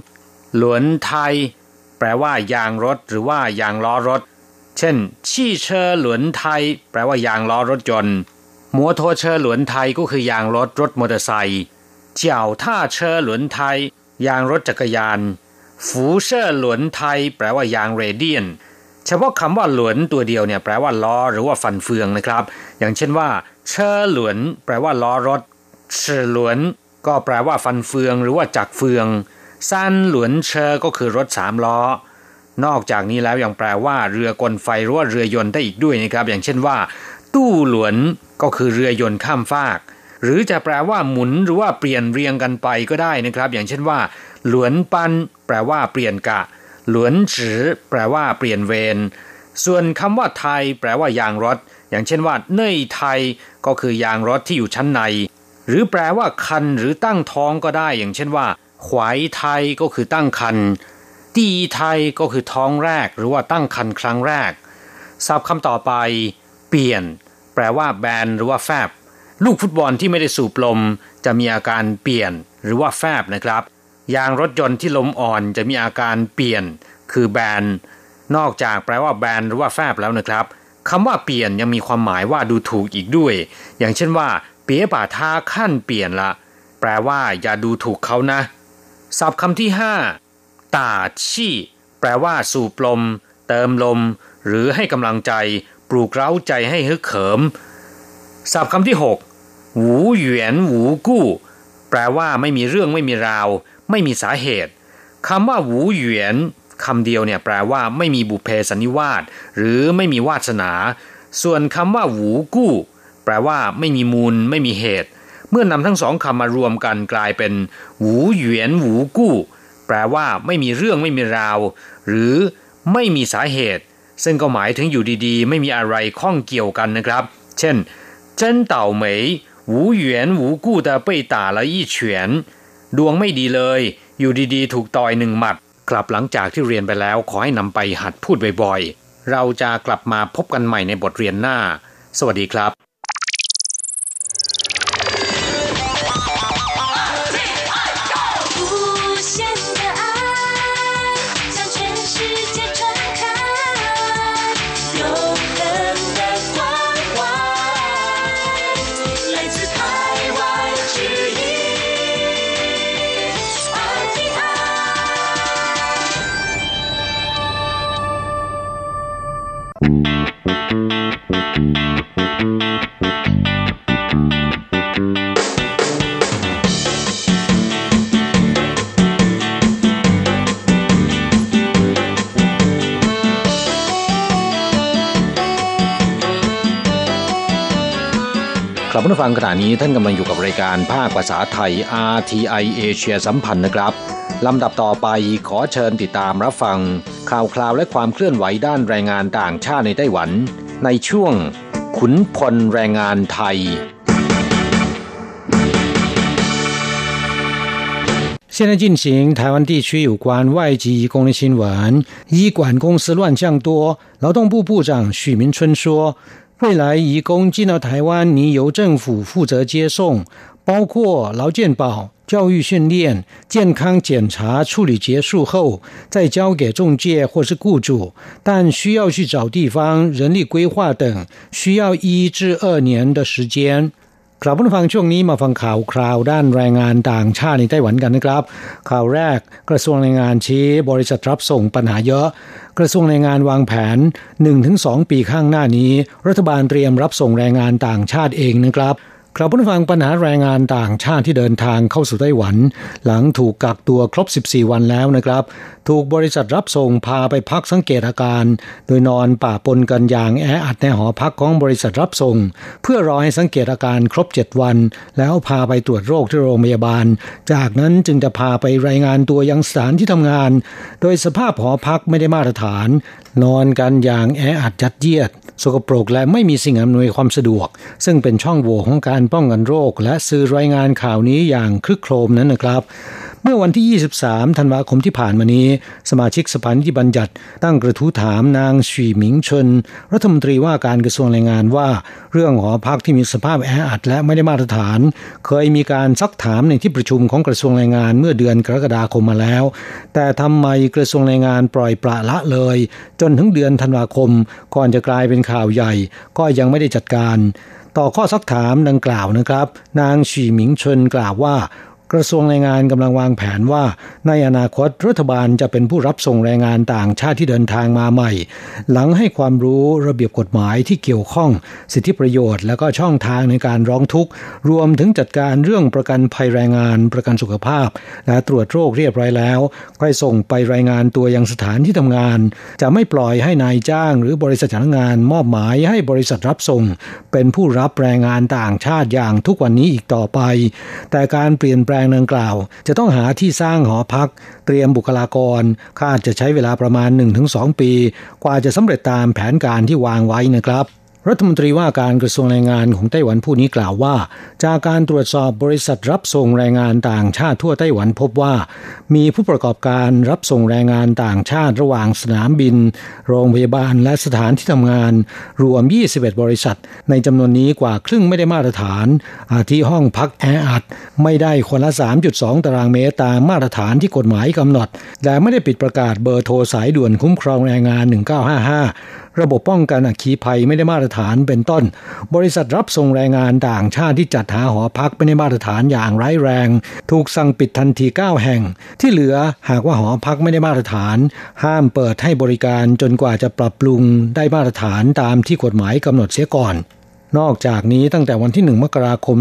3หลวนไทยแปลว่ายางรถหรือว่ายางล้อรถเช่นชี่เชอหลวนไทยแปลว่ายางล้อรถยนต์มัวโทเชอหลวนไทยก็คือยางรถมอเตอร์ไซค์เจียวท่าเชอหลวนไทยยางรถจักรยานฝูเชอหลวนไทยแปลว่ายางเรเดียนเฉพาะคำว่าหลวนตัวเดียวเนี่ยแปลว่าล้อหรือว่าฟันเฟืองนะครับอย่างเช่นว่าเชอหลวนแปลว่าล้อรถชื่อหลวนก็แปลว่าฟันเฟืองหรือว่าจักรเฟืองซันหลวนเชอก็คือรถ3ล้อนอกจากนี้แล้วยังแปลว่าเรือกลไฟหรือว่าเรือยนต์ได้อีกด้วยนะครับอย่างเช่นว่าตู้หลวนก็คือเรือยนต์ข้ามฟากหรือจะแปลว่าหมุนหรือว่าเปลี่ยนเรียงกันไปก็ได้นะครับอย่างเช่นว่าหลวนปันแปลว่าเปลี่ยนกะหลวนจือแปลว่าเปลี่ยนเวรส่วนคำว่าไทยแปลว่ายางรถอย่างเช่นว่าเน่ยไทยก็คือยางรถที่อยู่ชั้นในหรือแปลว่าคันหรือตั้งท้องก็ได้อย่างเช่นว่าขวายไทยก็คือตั้งครรภ์ตีไทยก็คือท้องแรกหรือว่าตั้งครรภ์ครั้งแรกศัพท์คำต่อไปเปลี่ยนแปลว่าแบนหรือว่าแฟบลูกฟุตบอลที่ไม่ได้สูบลมจะมีอาการเปลี่ยนหรือว่าแฟบนะครับยางรถยนต์ที่ลมอ่อนจะมีอาการเปลี่ยนคือแบนนอกจากแปลว่าแบนหรือว่าแฟบแล้วนะครับคำว่าเปลี่ยนยังมีความหมายว่าดูถูกอีกด้วยอย่างเช่นว่าเปี๋ยป่าท่าขั้นเปลี่ยนละแปลว่าอย่าดูถูกเขานะศัพท์คำที่5ตาชี่แปลว่าสูบลมเติมลมหรือให้กำลังใจปลุกเร้าใจให้ฮึกเหิมศัพท์คำที่6หูเหวียนหูกู้แปลว่าไม่มีเรื่องไม่มีราวไม่มีสาเหตุคำว่าหูเหวียนคำเดียวเนี่ยแปลว่าไม่มีบุพเพสันนิวาสหรือไม่มีวาสนาส่วนคำว่าหูกู้แปลว่าไม่มีมูลไม่มีเหตุเมื่อนำทั้งสองคำมารวมกันกลายเป็นหูเหวียนหูกู้แปลว่าไม่มีเรื่องไม่มีราวหรือไม่มีสาเหตุซึ่งก็หมายถึงอยู่ดีๆไม่มีอะไรข้องเกี่ยวกันนะครับเช่น真倒霉无缘无故的被打了一拳ดวงไม่ดีเลยอยู่ดีๆถูกต่อย1หมัดกลับหลังจากที่เรียนไปแล้วขอให้นำไปหัดพูดบ่อยๆเราจะกลับมาพบกันใหม่ในบทเรียนหน้าสวัสดีครับคุณผู้ฟังขณะนี้ท่านกำลังอยู่กับรายการภาคภาษาไทย RTI เอเชียสัมพันธ์นะครับลำดับต่อไปขอเชิญติดตามรับฟังข่าวคราวและความเคลื่อนไหวด้านแรงงานต่างชาติในไต้หวันในช่วงขุนพลแรงงานไทย现在进行台湾地区有关外籍移工的新闻。医管公司乱象多，劳动部部长许明春说，未来移工进到台湾拟由政府负责接送，包括劳健保、教育训练、健康检查处理结束后，再交给中介或是雇主，但需要去找地方、人力规划等，需要1至2年的时间。ครับผู้ฟังช่วงนี้มาฟังข่าวคราวด้านแรงงานต่างชาติในไต้หวันกันนะครับข่าวแรกกระทรวงแรงงานชี้บริษัทรับส่งปัญหาเยอะกระทรวงแรงงานวางแผน 1-2 ปีข้างหน้านี้รัฐบาลเตรียมรับส่งแรงงานต่างชาติเองนะครับครับผู้ฟังปัญหาแรงงานต่างชาติที่เดินทางเข้าสู่ไต้หวันหลังถูกกักตัวครบ14วันแล้วนะครับถูกบริษัทรับส่งพาไปพักสังเกตอาการโดยนอนป่าปนกันอย่างแออัดในหอพักของบริษัทรับส่งเพื่อรอให้สังเกตอาการครบ7วันแล้วพาไปตรวจโรคที่โรงพยาบาลจากนั้นจึงจะพาไปรายงานตัวยังสถานที่ทำงานโดยสภาพหอพักไม่ได้มาตรฐานนอนกันอย่างแออัดยัดเยียดสกปรกและไม่มีสิ่งอำนวยความสะดวกซึ่งเป็นช่องโหว่ของการป้องกันโรคและสื่อรายงานข่าวนี้อย่างคลึกโครมนั้นนะครับเมื่อวันที่23ธันวาคมที่ผ่านมานี้สมาชิกสภานิติบัญญัติตั้งกระทู้ถามนางฉีหมิงเฉินรัฐมนตรีว่าการกระทรวงแรงงานว่าเรื่องหอพักที่มีสภาพแออัดและไม่ได้มาตรฐานเคยมีการซักถามในที่ประชุมของกระทรวงแรงงานเมื่อเดือนกรกฎาคมมาแล้วแต่ทำไมกระทรวงแรงงานปล่อยปละละเลยจนถึงเดือนธันวาคมก่อนจะกลายเป็นข่าวใหญ่ก็ยังไม่ได้จัดการต่อข้อซักถามดังกล่าวนะครับนางฉีหมิงเฉินกล่าวว่ากระทรวงแรงงานกำลังวางแผนว่าในอนาคตรัฐบาลจะเป็นผู้รับส่งแรงงานต่างชาติที่เดินทางมาใหม่หลังให้ความรู้ระเบียบกฎหมายที่เกี่ยวข้องสิทธิประโยชน์และก็ช่องทางในการร้องทุกข์รวมถึงจัดการเรื่องประกันภัยแรงงานประกันสุขภาพและตรวจโรคเรียบร้อยแล้วค่อยส่งไปรายงานตัวยังสถานที่ทำงานจะไม่ปล่อยให้นายจ้างหรือบริษัทจ้างงานมอบหมายให้บริษัทรับส่งเป็นผู้รับแรงงานต่างชาติอย่างทุกวันนี้อีกต่อไปแต่การเปลี่ยนแปลงดังกล่าวจะต้องหาที่สร้างหอพักเตรียมบุคลากรคาดจะใช้เวลาประมาณ 1-2 ปีกว่าจะสำเร็จตามแผนการที่วางไว้นะครับรัฐมนตรีว่าการกระทรวงแรงงานของไต้หวันผู้นี้กล่าวว่าจากการตรวจสอบบริษัทรับส่งแรงงานต่างชาติทั่วไต้หวันพบว่ามีผู้ประกอบการรับส่งแรงงานต่างชาติระหว่างสนามบินโรงพยาบาลและสถานที่ทำงานรวม21บริษัทในจำนวนนี้กว่าครึ่งไม่ได้มาตรฐานอาทิห้องพักแออัดไม่ได้คนละ 3.2 ตารางเมตรตามมาตรฐานที่กฎหมายกำหนดและไม่ได้ปิดประกาศเบอร์โทรสายด่วนคุ้มครองแรงงาน1955ระบบป้องกันอัคคีภัยไม่ได้มาตรฐานเป็นต้นบริษัทรับส่งแรงงานต่างชาติที่จัดหาหอพักไม่ได้มาตรฐานอย่างร้ายแรงถูกสั่งปิดทันที9แห่งที่เหลือหากว่าหอพักไม่ได้มาตรฐานห้ามเปิดให้บริการจนกว่าจะปรับปรุงได้มาตรฐานตามที่กฎหมายกำหนดเสียก่อนนอกจากนี้ตั้งแต่วันที่1มกราคม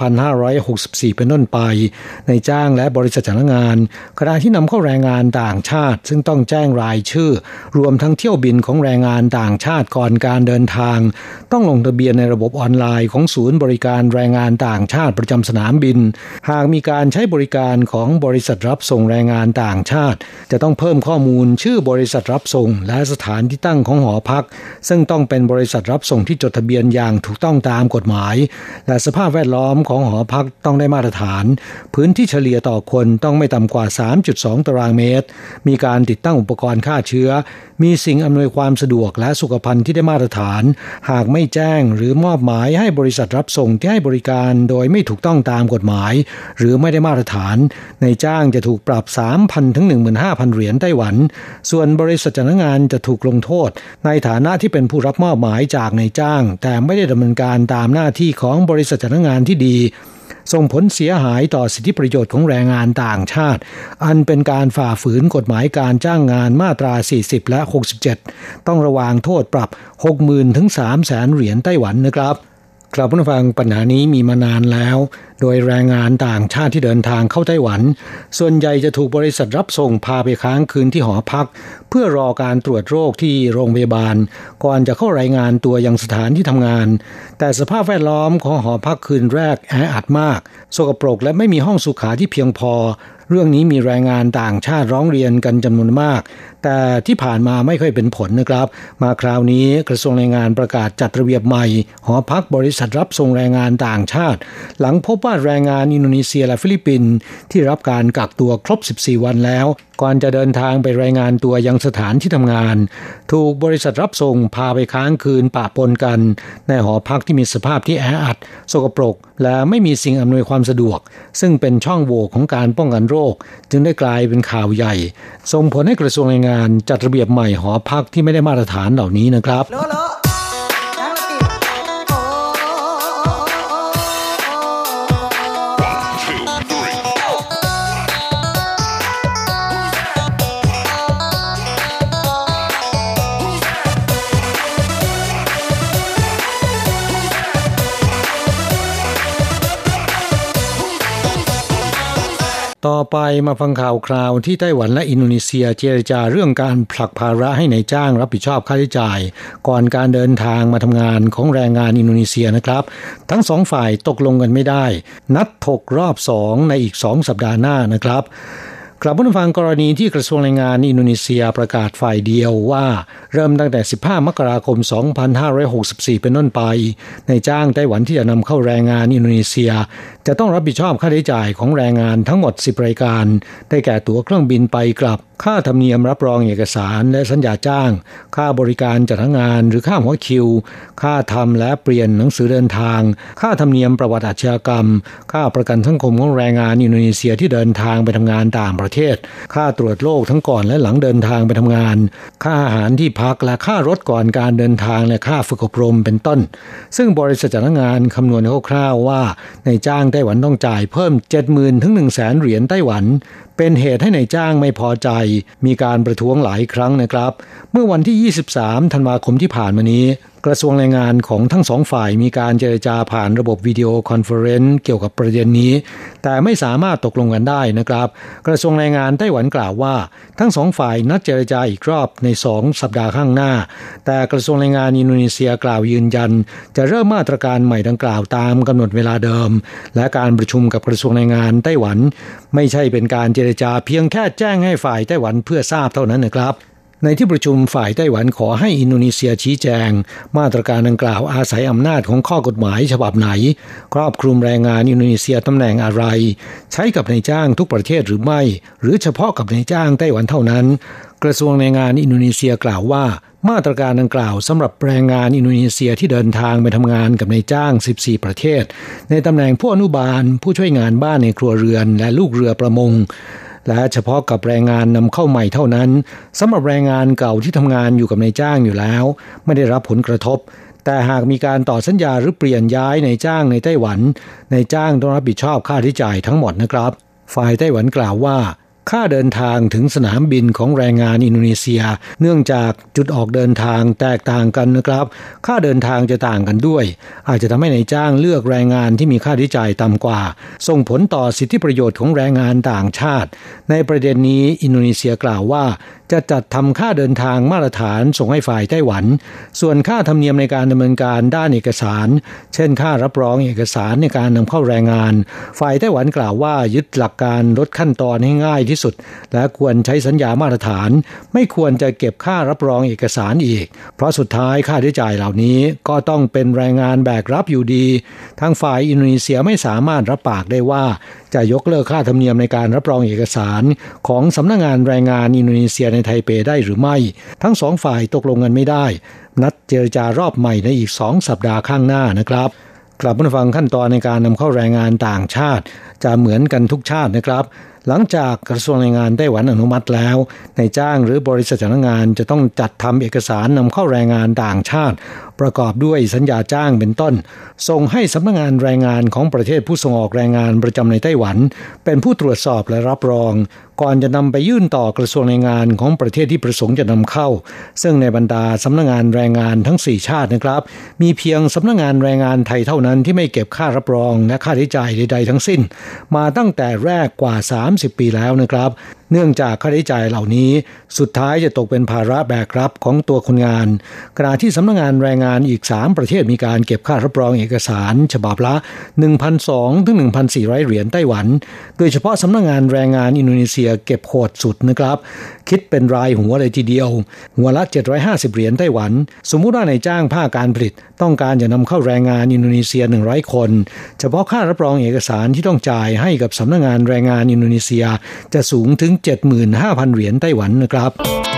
2564เป็นต้นไปนายจ้างและบริษัทจ้างงานขณะที่นำเข้าแรงงานต่างชาติซึ่งต้องแจ้งรายชื่อรวมทั้งเที่ยวบินของแรงงานต่างชาติก่อนการเดินทางต้องลงทะเบียนในระบบออนไลน์ของศูนย์บริการแรงงานต่างชาติประจำสนามบินหากมีการใช้บริการของบริษัทรับส่งแรงงานต่างชาติจะต้องเพิ่มข้อมูลชื่อบริษัทรับส่งและสถานที่ตั้งของหอพักซึ่งต้องเป็นบริษัทรับส่งที่จดทะเบียนอย่างถูกต้องตามกฎหมายและสภาพแวดล้อมของหอพักต้องได้มาตรฐานพื้นที่เฉลี่ยต่อคนต้องไม่ต่ำกว่า 3.2 ตารางเมตรมีการติดตั้งอุปกรณ์ฆ่าเชื้อมีสิ่งอำนวยความสะดวกและสุขภัณฑ์ที่ได้มาตรฐานหากไม่แจ้งหรือมอบหมายให้บริษัทรับส่งที่ให้บริการโดยไม่ถูกต้องตามกฎหมายหรือไม่ได้มาตรฐานนายจ้างจะถูกปรับ 3,000 ถึง 15,000 เหรียญไต้หวันส่วนบริษัทจ้างงานจะถูกลงโทษในฐานะที่เป็นผู้รับมอบหมายจากนายจ้างแต่ไม่ได้ดำเนินการตามหน้าที่ของบริษัทจ้างงานที่ดีส่งผลเสียหายต่อสิทธิประโยชน์ของแรงงานต่างชาติอันเป็นการฝ่าฝืนกฎหมายการจ้างงานมาตรา40และ67ต้องระวางโทษปรับ 60,000 ถึง 300,000 เหรียญไต้หวันนะครับครับผู้ฟังปัญหานี้มีมานานแล้วโดยแรงงานต่างชาติที่เดินทางเข้าไต้หวันส่วนใหญ่จะถูกบริษัทรับส่งพาไปค้างคืนที่หอพักเพื่อรอการตรวจโรคที่โรงพยาบาลก่อนจะเข้ารายงานตัวยังสถานที่ทำงานแต่สภาพแวดล้อมของหอพักคืนแรกแออัดมากสกปรกและไม่มีห้องสุขาที่เพียงพอเรื่องนี้มีแรงงานต่างชาติร้องเรียนกันจำนวนมากแต่ที่ผ่านมาไม่ค่อยเป็นผลนะครับมาคราวนี้กระทรวงแรงงานประกาศจัดระเบียบใหม่หอพักบริษัทรับส่งแรงงานต่างชาติหลังพบว่าแรงงานอินโดนีเซียและฟิลิปปินส์ที่รับการกักตัวครบ14วันแล้วก่อนจะเดินทางไปรายงานตัวยังสถานที่ทำงานถูกบริษัทรับส่งพาไปค้างคืนปะปนกันในหอพักที่มีสภาพที่แออัดสกปรกและไม่มีสิ่งอำนวยความสะดวกซึ่งเป็นช่องโหว่ของการป้องกันโรคจึงได้กลายเป็นข่าวใหญ่ส่งผลให้กระทรวงแรงงานจัดระเบียบใหม่หอพักที่ไม่ได้มาตรฐานเหล่านี้นะครับต่อไปมาฟังข่าวคราวที่ไต้หวันและอินโดนีเซียเจรจาเรื่องการผลักภาระให้นายจ้างรับผิดชอบค่าใช้จ่ายก่อนการเดินทางมาทำงานของแรงงานอินโดนีเซียนะครับทั้งสองฝ่ายตกลงกันไม่ได้นัดถกรอบ2ในอีก2สัปดาห์หน้านะครับกลับมาฟังกรณีที่กระทรวงแรงงานอินโดนีเซียประกาศฝ่ายเดียวว่าเริ่มตั้งแต่15มกราคม2564เป็นต้นไปนายจ้างไต้หวันที่จะนำเข้าแรงงานอินโดนีเซียจะต้องรับผิดชอบค่าใช้จ่ายของแรงงานทั้งหมด10รายการได้แก่ตั๋วเครื่องบินไปกลับค่าธรรมเนียมรับรองเอกสารและสัญญาจ้างค่าบริการจัดงานหรือค่าหัวคิวค่าทำและเปลี่ยนหนังสือเดินทางค่าธรรมเนียมประวัติอาชญากรรมค่าประกันสังคมของแรงงานอินโดนีเซียที่เดินทางไปทำงานต่างประเทศค่าตรวจโรคทั้งก่อนและหลังเดินทางไปทำงานค่าอาหารที่พักและค่ารถก่อนการเดินทางและค่าฝึกอบรมเป็นต้นซึ่งบริษัทจ้างงานคำนวณคร่าวๆว่านายจ้างไต้หวันต้องจ่ายเพิ่ม 70,000 ถึง 100,000 เหรียญไต้หวันเป็นเหตุให้นายจ้างไม่พอใจมีการประท้วงหลายครั้งนะครับเมื่อวันที่23ธันวาคมที่ผ่านมานี้กระทรวงแรงงานของทั้งสองฝ่ายมีการเจรจาผ่านระบบวิดีโอคอนเฟอเรนซ์เกี่ยวกับประเด็นนี้แต่ไม่สามารถตกลงกันได้นะครับกระทรวงแรงงานไต้หวันกล่าวว่าทั้งสองฝ่ายนัดเจรจาอีกรอบใน2สัปดาห์ข้างหน้าแต่กระทรวงแรงงานอินโดนีเซียกล่าวยืนยันจะเริ่มมาตรการใหม่ดังกล่าวตามกำหนดเวลาเดิมและการประชุมกับกระทรวงแรงงานไต้หวันไม่ใช่เป็นการเจรจาเพียงแค่แจ้งให้ฝ่ายไต้หวันเพื่อทราบเท่านั้นนะครับในที่ประชุมฝ่ายไต้หวันขอให้อินโดนีเซียชี้แจงมาตรการดังกล่าวอาศัยอำนาจของข้อกฎหมายฉบับไหนครอบคลุมแรงงานอินโดนีเซียตำแหน่งอะไรใช้กับนายจ้างทุกประเทศหรือไม่หรือเฉพาะกับนายจ้างไต้หวันเท่านั้นกระทรวงแรงงานอินโดนีเซียกล่าวว่ามาตรการดังกล่าวสำหรับแรงงานอินโดนีเซียที่เดินทางไปทำงานกับนายจ้าง14ประเทศในตำแหน่งผู้อนุบาลผู้ช่วยงานบ้านในครัวเรือนและลูกเรือประมงและเฉพาะกับแรงงานนำเข้าใหม่เท่านั้นสำหรับแรงงานเก่าที่ทำงานอยู่กับนายจ้างอยู่แล้วไม่ได้รับผลกระทบแต่หากมีการต่อสัญญาหรือเปลี่ยนย้ายนายจ้างในไต้หวันนายจ้างต้องรับผิดชอบค่าใช้จ่ายทั้งหมดนะครับฝ่ายไต้หวันกล่าวว่าค่าเดินทางถึงสนามบินของแรงงานอินโดนีเซียเนื่องจากจุดออกเดินทางแตกต่างกันนะครับค่าเดินทางจะต่างกันด้วยอาจจะทำให้นายจ้างเลือกแรงงานที่มีค่าใช้จ่ายต่ำกว่าส่งผลต่อสิทธิประโยชน์ของแรงงานต่างชาติในประเด็นนี้อินโดนีเซียกล่าวว่าจะจัดทำค่าเดินทางมาตรฐานส่งให้ฝ่ายไต้หวันส่วนค่าธรรมเนียมในการดำเนินการด้านเอกสารเช่นค่ารับรองเอกสารในการนำเข้าแรงงานฝ่ายไต้หวันกล่าวว่ายึดหลักการลดขั้นตอนให้ง่ายที่สุดและควรใช้สัญญามาตรฐานไม่ควรจะเก็บค่ารับรองเอกสารอีกเพราะสุดท้ายค่าใช้จ่ายเหล่านี้ก็ต้องเป็นแรงงานแบกรับอยู่ดีทางฝ่ายอินโดนีเซียไม่สามารถรับปากได้ว่าจะยกเลิกค่าธรรมเนียมในการรับรองเอกสารของสำนักงานแรงงานอินโดนีเซียในไทเปได้หรือไม่ทั้งสองฝ่ายตกลงกันไม่ได้นัดเจรจารอบใหม่ในอีก2 สัปดาห์ข้างหน้านะครับกลับมาฟังขั้นตอนในการนำเข้าแรงงานต่างชาติจะเหมือนกันทุกชาตินะครับหลังจากกระทรวงแรงงานไต้หวันอนุมัติแล้วนายจ้างหรือบริษัทจ้างงานจะต้องจัดทำเอกสารนำเข้าแรงงานต่างชาติประกอบด้วยสัญญาจ้างเป็นต้นส่งให้สำนักงานแรงงานของประเทศผู้ส่งออกแรงงานประจำในไต้หวันเป็นผู้ตรวจสอบและรับรองก่อนจะนำไปยื่นต่อกระทรวงแรงงานของประเทศที่ประสงค์จะนำเข้าซึ่งในบรรดาสำนักงานแรงงานทั้ง4ชาตินะครับมีเพียงสำนักงานแรงงานไทยเท่านั้นที่ไม่เก็บค่ารับรองและค่าใช้จ่ายใดๆทั้งสิ้นมาตั้งแต่แรกกว่า30 ปีแล้วนะครับเนื่องจากค่าใช้จ่ายเหล่านี้สุดท้ายจะตกเป็นภาระแบกรับของตัวคนงานขณะที่สำนักงานแรงงานอีก3ประเทศมีการเก็บค่ารับรองเอกสารฉบับละ 1,200 ถึง 1,400 เหรียญไต้หวันโดยเฉพาะสำนักงานแรงงานอินโดนีเซียเก็บโหดสุดนะครับคิดเป็นรายหัวเลยทีเดียวหัวละ750เหรียญไต้หวันสมมุติว่านายจ้างภาคการผลิตต้องการจะนำเข้าแรงงานอินโดนีเซีย100คนเฉพาะค่ารับรองเอกสารที่ต้องจ่ายให้กับสำนักงานแรงงานอินโดนีเซียจะสูงถึง 75,000 เหรียญไต้หวันนะครับ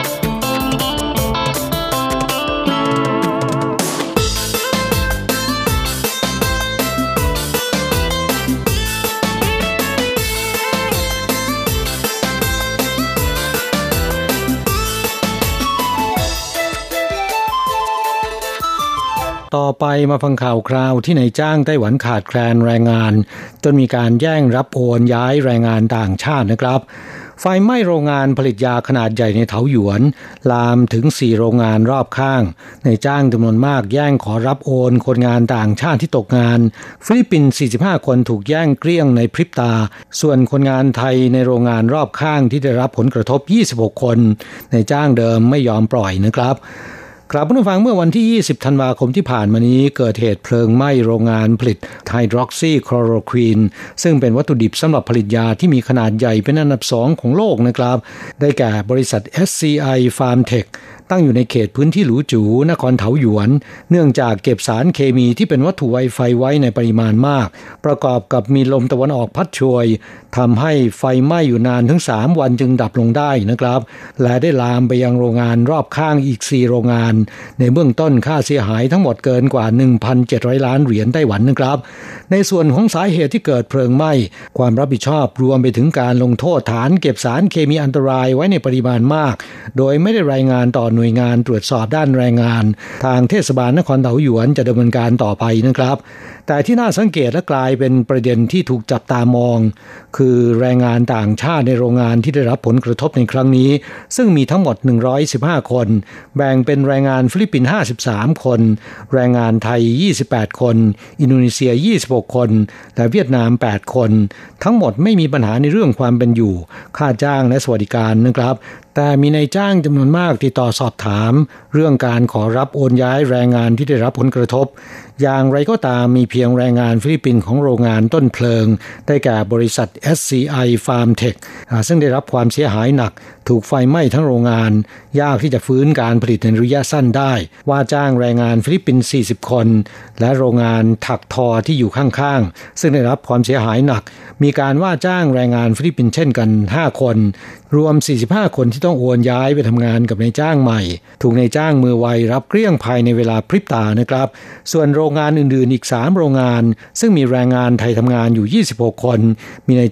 ต่อไปมาฟังข่าวคราวที่นายจ้างไต้หวันขาดแคลนแรงงานจนมีการแย่งรับโอนย้ายแรงงานต่างชาตินะครับไฟไหม้โรงงานผลิตยาขนาดใหญ่ในเถาหยวนลามถึง4โรงงานรอบข้างนายจ้างจำนวนมากแย่งขอรับโอนคนงานต่างชาติที่ตกงานฟิลิปปินส์45คนถูกแย่งเกลี้ยงในพริบตาส่วนคนงานไทยในโรงงานรอบข้างที่ได้รับผลกระทบ26คนนายจ้างเดิมไม่ยอมปล่อยนะครับกลับมาฟังเมื่อวันที่20ธันวาคมที่ผ่านมานี้เกิดเหตุเพลิงไหม้โรงงานผลิตไฮดรอกซีคลอโรควีนซึ่งเป็นวัตถุดิบสำหรับผลิตยาที่มีขนาดใหญ่เป็นอันดับ2ของโลกนะครับได้แก่บริษัท SCI Farmtech ตั้งอยู่ในเขตพื้นที่หรูจูนครเถาหยวนเนื่องจากเก็บสารเคมีที่เป็นวัตถุไวไฟไว้ในปริมาณมากประกอบกับมีลมตะวันออกพัดโชยทำให้ไฟไหม้อยู่นานถึง3วันจึงดับลงได้นะครับและได้ลามไปยังโรงงานรอบข้างอีก4โรงงานในเบื้องต้นค่าเสียหายทั้งหมดเกินกว่า 1,700 ล้านเหรียญไต้หวันนะครับในส่วนของสาเหตุที่เกิดเพลิงไหม้ความรับผิดชอบรวมไปถึงการลงโทษฐานเก็บสารเคมีอันตรายไว้ในปริมาณมากโดยไม่ได้รายงานต่อหน่วยงานตรวจสอบด้านแรงงานทางเทศบาลนครเถาหยวนจะดำเนินการต่อไปนะครับแต่ที่น่าสังเกตและกลายเป็นประเด็นที่ถูกจับตามองคือแรงงานต่างชาติในโรงงานที่ได้รับผลกระทบในครั้งนี้ซึ่งมีทั้งหมด115คนแบ่งเป็นแรงงานฟิลิปปินส์53คนแรงงานไทย28คนอินโดนีเซีย26คนและเวียดนาม8คนทั้งหมดไม่มีปัญหาในเรื่องความเป็นอยู่ค่าจ้างและสวัสดิการนะครับแต่มีนายจ้างจำนวนมากติดต่อสอบถามเรื่องการขอรับโอนย้ายแรงงานที่ได้รับผลกระทบอย่างไรก็ตามมีเพียงแรงงานฟิลิปปินส์ของโรงงานต้นเพลิงได้แก่บริษัท SCI Farmtech ซึ่งได้รับความเสียหายหนักถูกไฟไหม้ทั้งโรงงานยากที่จะฟื้นการผลิตในระยะสั้นได้ว่าจ้างแรงงานฟิลิปปินส์40คนและโรงงานถักทอที่อยู่ข้างๆซึ่งได้รับความเสียหายหนักมีการว่าจ้างแรงงานฟิลิปปินส์เช่นกัน5คนรวม45คนที่ต้องโอนย้ายไปทำงานกับนายจ้างใหม่ถูกนายจ้างมือไวรับเกลี้ยงภายในเวลาพริบตานะครับส่วนโรงงานอื่นๆอีก3โรงงานซึ่งมีแรงงานไทยทำงานอยู่26คนมีนาย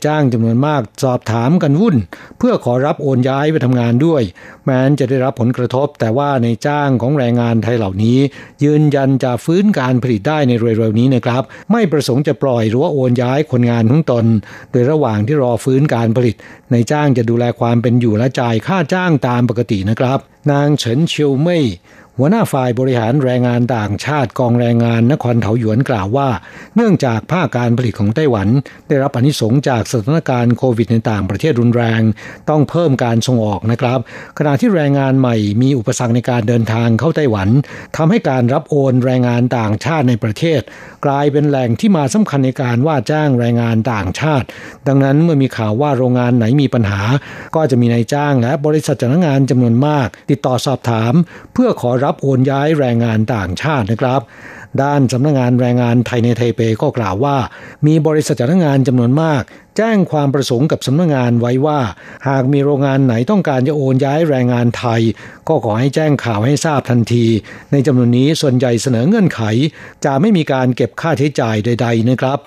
จ้างจำนวนมากสอบถามกันวุ่นเพื่อขอรับโอนย้ายไปทำงานด้วยแม้จะได้รับผลกระทบแต่ว่าในจ้างของแรงงานไทยเหล่านี้ยืนยันจะฟื้นการผลิตได้ในเร็วๆนี้นะครับไม่ประสงค์จะปล่อยหรือว่าโอนย้ายคนงานของตนโดยระหว่างที่รอฟื้นการผลิตในจ้างจะดูแลความเป็นอยู่และจ่ายค่าจ้างตามปกตินะครับนางเฉินเชียวเม่ยหัวหน้าฝ่ายบริหารแรงงานต่างชาติกองแรงงานนครเถาหยวนกล่าวว่าเนื่องจากภาคการผลิตของไต้หวันได้รับอานิสงส์จากสถานการณ์โควิดในต่างประเทศรุนแรงต้องเพิ่มการส่งออกนะครับขณะที่แรงงานใหม่มีอุปสรรคในการเดินทางเข้าไต้หวันทำให้การรับโอนแรงงานต่างชาติในประเทศกลายเป็นแหล่งที่มาสำคัญในการว่าจ้างแรงงานต่างชาติดังนั้นเมื่อมีข่าวว่าโรงงานไหนมีปัญหาก็จะมีนายจ้างและบริษัทจ้างงานจำนวนมากติดต่อสอบถามเพื่อขอรับโอนย้ายแรงงานต่างชาตินะครับด้านสำนักงานแรงงานไทยในไทเปก็กล่าวว่ามีบริษัทจ้างงานจำนวนมากแจ้งความประสงค์กับสำนักงานไว้ว่าหากมีโรงงานไหนต้องการจะโอนย้ายแรงงานไทยก็ขอให้แจ้งข่าวให้ทราบทันทีในจำนวนนี้ส่วนใหญ่เสนอเงื่อนไขจะไม่มีการเก็บค่าใช้จ่ายใดๆนะครับ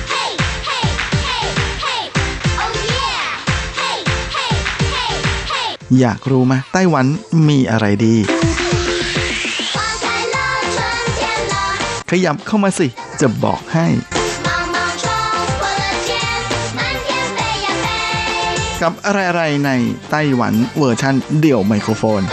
อยากรู้ไหมไต้หวันมีอะไรดีขยับเข้ามาสิจะบอกให้กับอะไรๆในไต้หวันเวอร์ชันเดี่ยวไมโครโฟน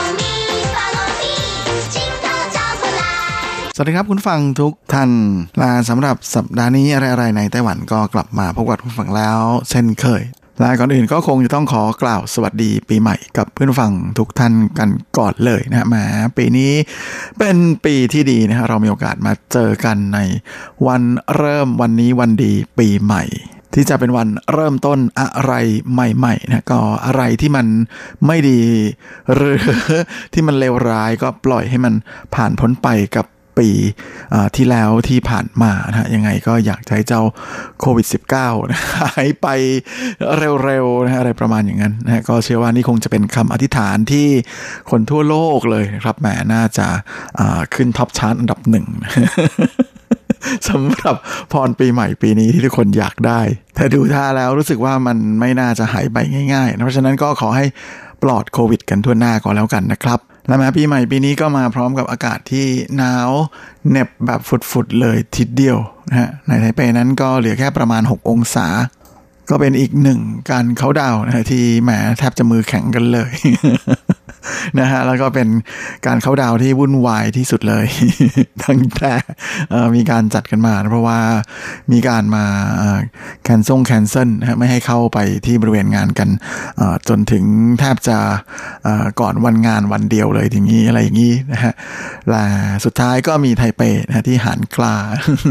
สวัสดีครับคุณฟังทุกท่านและสำหรับสัปดาห์นี้อะไรๆในไต้หวันก็กลับมาพบกับคุณฟังแล้วเช่นเคยและก่อนอื่นก็คงจะต้องขอกล่าวสวัสดีปีใหม่กับเพื่อนฟังทุกท่านกันก่อนเลยนะมาปีนี้เป็นปีที่ดีนะเรามีโอกาสมาเจอกันในวันเริ่มวันนี้วันดีปีใหม่ที่จะเป็นวันเริ่มต้นอะไรใหม่ๆนะก็อะไรที่มันไม่ดีหรือที่มันเลวร้ายก็ปล่อยให้มันผ่านพ้นไปกับปีที่แล้วที่ผ่านมานะยังไงก็อยากให้เจ้าโควิด -19 นะหายไปเร็วๆนะอะไรประมาณอย่างนั้นนะก็เชื่อว่านี่คงจะเป็นคำอธิษฐานที่คนทั่วโลกเลยนะครับแหมน่าจะขึ้นท็อปชาร์ตอันดับหนึ่ง สำหรับพรปีใหม่ปีนี้ที่ทุกคนอยากได้แต่ดูท่าแล้วรู้สึกว่ามันไม่น่าจะหายไปง่ายๆเพราะฉะนั้นก็ขอให้ปลอดโควิดกันทั่วหน้าก่อนแล้วกันนะครับและแม้ปีใหม่ปีนี้ก็มาพร้อมกับอากาศที่หนาวเหน็บแบบฝุดๆเลยทีเดียวนะฮะในไทเปนั้นก็เหลือแค่ประมาณ6องศาก็เป็นอีกหนึ่งการเค้าดาวน์นะที่แหมแทบจะมือแข็งกันเลย นะฮะแล้วก็เป็นการเค้าดาวน์ที่วุ่นวายที่สุดเลย ตั้งแต่มีการจัดกันมาเพราะว่ามีการมาแคนเซิลนะฮะไม่ให้เข้าไปที่บริเวณงานกันจนถึงแทบจะก่อนวันงานวันเดียวเลยอย่างนี้อะไรอย่างนี้นะฮะและสุดท้ายก็มีไทเปนะที่หานกล้า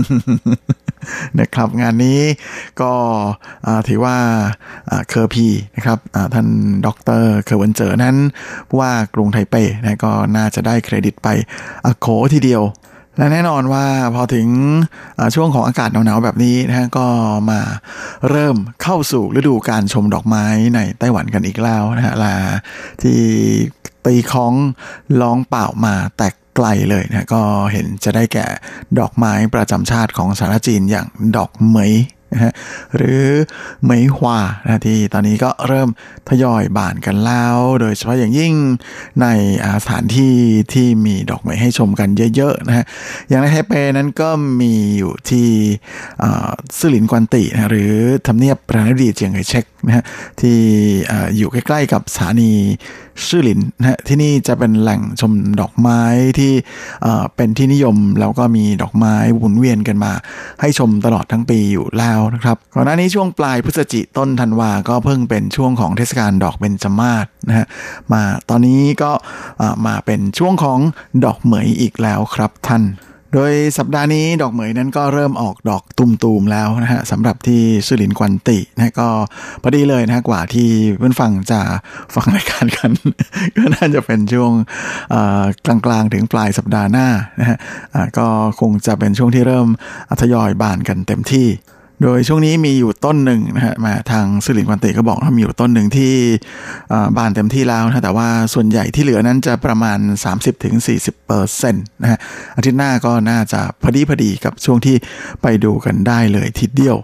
นะครับงานนี้ก็ถือว่าเคอร์พีนะครับท่านดร.เคอร์เวินเจอนั้นว่ากรุงไทเปนะก็น่าจะได้เครดิตไปโขทีเดียวและแน่นอนว่าพอถึงช่วงของอากาศหนาวๆแบบนี้นะก็มาเริ่มเข้าสู่ฤดูการชมดอกไม้ในไต้หวันกันอีกแล้วนะฮะที่ตีค้องร้องเปล่ามาแตกไกลเลยนะก็เห็นจะได้แก่ดอกไม้ประจำชาติของสาธารณจีนอย่างดอกเหมยนะฮะหรือเหมยฮวานะที่ตอนนี้ก็เริ่มทยอยบานกันแล้วโดยเฉพาะอย่างยิ่งในสถานที่ที่มีดอกเหมยให้ชมกันเยอะๆนะฮะอย่างในไทเปนั้นก็มีอยู่ที่ซื่อหลินกวนตินะหรือทำเนียบประธานาธิบดีเจียงไคเชกนะฮะที่อยู่ใกล้ๆกับสถานีซื่อหลินนะฮะที่นี่จะเป็นแหล่งชมดอกไม้ที่เป็นที่นิยมแล้วก็มีดอกไม้หมุนเวียนกันมาให้ชมตลอดทั้งปีอยู่แล้วนะครับก่อนหน้านี้ช่วงปลายพฤศจิกายนต้นธันวาก็เพิ่งเป็นช่วงของเทศกาลดอกเบญจมาศนะฮะมาตอนนี้ก็มาเป็นช่วงของดอกเหมยอีกแล้วครับท่านโดยสัปดาห์นี้ดอกเหมยนั้นก็เริ่มออกดอกตุ่มๆแล้วนะฮะสำหรับที่ซื่อหลินกวนตินะก็พอดีเลยนะกว่าที่เพื่อนฟังจะฟังรายการกัน ก็น่าจะเป็นช่วงกลางๆถึงปลายสัปดาห์หน้านะฮะก็คงจะเป็นช่วงที่เริ่มทยอยบานกันเต็มที่โดยช่วงนี้มีอยู่ต้นหนึ่งนะฮะมาทางซื่อหลินกวนติก็บอกว่ามีอยู่ต้นหนึ่งที่บานเต็มที่แล้วนะแต่ว่าส่วนใหญ่ที่เหลือนั้นจะประมาณ 30-40% นะฮะอาทิตย์หน้าก็น่าจะพอดีกับช่วงที่ไปดูกันได้เลยทีเดียว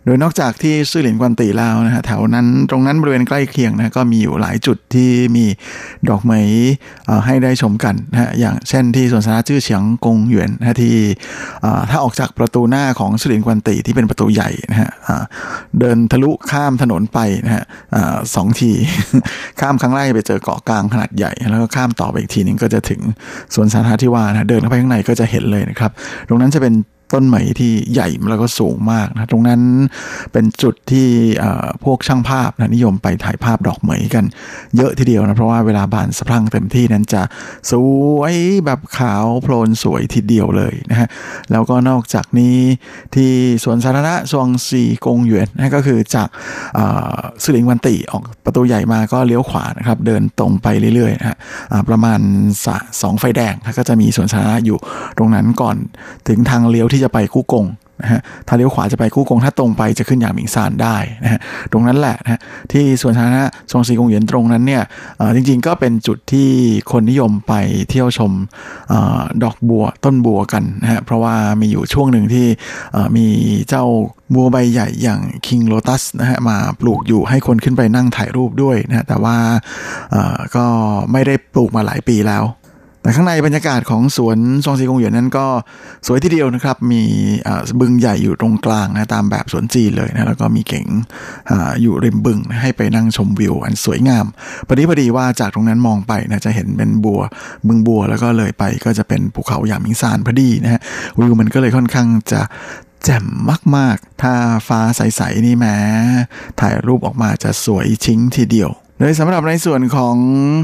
โดยนอกจากที่ซื่อหลินกวนตีแล้วนะฮะแถวนั้นตรงนั้นบริเวณใกล้เคียงนะก็มีอยู่หลายจุดที่มีดอกเหมยให้ได้ชมกันนะฮะอย่างเช่นที่สวนสาธารณะจื้อเฉียงกงหยวนนะที่ถ้าออกจากประตูหน้าของซื่อหลินกวนตีที่เป็นประตูใหญ่นะฮะเดินทะลุข้ามถนนไปนะฮะ2 ที ข้ามครั้งแรกไปเจอเกาะกลางขนาดใหญ่แล้วก็ข้ามต่อไปอีกทีนึงก็จะถึงสวนสาธารณะที่ว่านะเดินเข้าไปข้างในก็จะเห็นเลยนะครับตรงนั้นจะเป็นต้นไหมที่ใหญ่แล้วก็สูงมากนะตรงนั้นเป็นจุดที่พวกช่างภาพนะนิยมไปถ่ายภาพดอกเหมยกันเยอะทีเดียวนะเพราะว่าเวลาบานสะพรั่งเต็มที่นั้นจะสวยแบบขาวโพลนสวยทีเดียวเลยนะฮะแล้วก็นอกจากนี้ที่สวนสาธารณะซวงซีกงหยวนนะก็คือจากซื่อหลินกวนตีออกประตูใหญ่มาก็เลี้ยวขวานะครับเดินตรงไปเรื่อยๆนะฮะประมาณ2 ไฟแดงก็จะมีสวนสาธารณะอยู่ตรงนั้นก่อนถึงทางเลี้ยวที่จะไปกู้กงนะฮะถ้าเลี้ยวขวาจะไปกู้กงถ้าตรงไปจะขึ้นอย่างหมิงซานได้นะฮะตรงนั้นแหละนะที่สวนสาธารณะซวงซีกงหยวนตรงนั้นเนี่ยจริงๆก็เป็นจุดที่คนนิยมไปเที่ยวชมดอกบัวต้นบัวกันนะฮะเพราะว่ามีอยู่ช่วงหนึ่งที่มีเจ้าบัวใบใหญ่อย่าง King Lotus นะฮะมาปลูกอยู่ให้คนขึ้นไปนั่งถ่ายรูปด้วยนะฮะแต่ว่าก็ไม่ได้ปลูกมาหลายปีแล้วแต่ข้างในบรรยากาศของสวนซวงซีกงหยวนนั้นก็สวยทีเดียวนะครับมีบึงใหญ่อยู่ตรงกลางนะตามแบบสวนจีนเลยนะแล้วก็มีเก๋งอยู่ริมบึงให้ไปนั่งชมวิวอันสวยงามพอดีว่าจากตรงนั้นมองไปนะจะเห็นเป็นบึงบัวแล้วก็เลยไปก็จะเป็นภูเขาหยางหมิงซานพอดีนะฮะวิวมันก็เลยค่อนข้างจะแจ่มมากๆถ้าฟ้าใสๆนี่แม้ถ่ายรูปออกมาจะสวยชิ้งทีเดียวโดยสำหรับในส่วนของ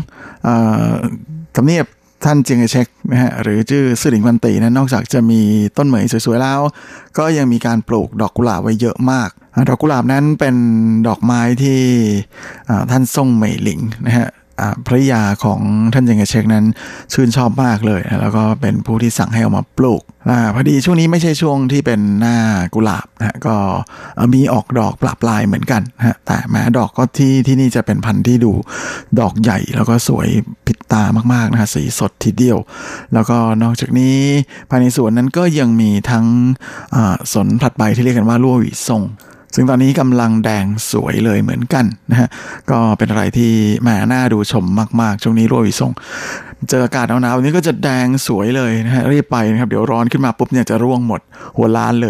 ทำเนียบท่านเจียงไคเชกนะฮะหรือชื่อซื่อหลินกวนตีนั้นนอกจากจะมีต้นเหมยสวยๆแล้วก็ยังมีการปลูกดอกกุหลาบไว้เยอะมากดอกกุหลาบนั้นเป็นดอกไม้ที่ท่านซ่งเหมยหลิงนะฮะภริยาของท่านเจียงไคเชกนั้นชื่นชอบมากเลยแล้วก็เป็นผู้ที่สั่งให้เอามาปลูกพอดีช่วงนี้ไม่ใช่ช่วงที่เป็นหน้ากุหลาบนะก็มีออกดอกปลาปลายเหมือนกันนะฮะแต่แม้ดอกก็ที่นี่จะเป็นพันธุ์ที่ดูดอกใหญ่แล้วก็สวยผิดตามากๆนะฮะสีสดทีเดียวแล้วก็นอกจากนี้ภายในสวนนั้นก็ยังมีทั้งสนผลัดใบที่เรียกกันว่าลั่วหวี่ซงซึ่งตอนนี้กำลังแดงสวยเลยเหมือนกันนะฮะก็เป็นอะไรที่แหมน่าดูชมมากๆช่วงนี้ลั่วหวี่ซงเจออากาศหนาวๆนี้ก็จะแดงสวยเลยนะฮะรีบไปนะครับเดี๋ยวร้อนขึ้นมาปุ๊บเนี่ยจะร่วงหมดหัวล้านเลย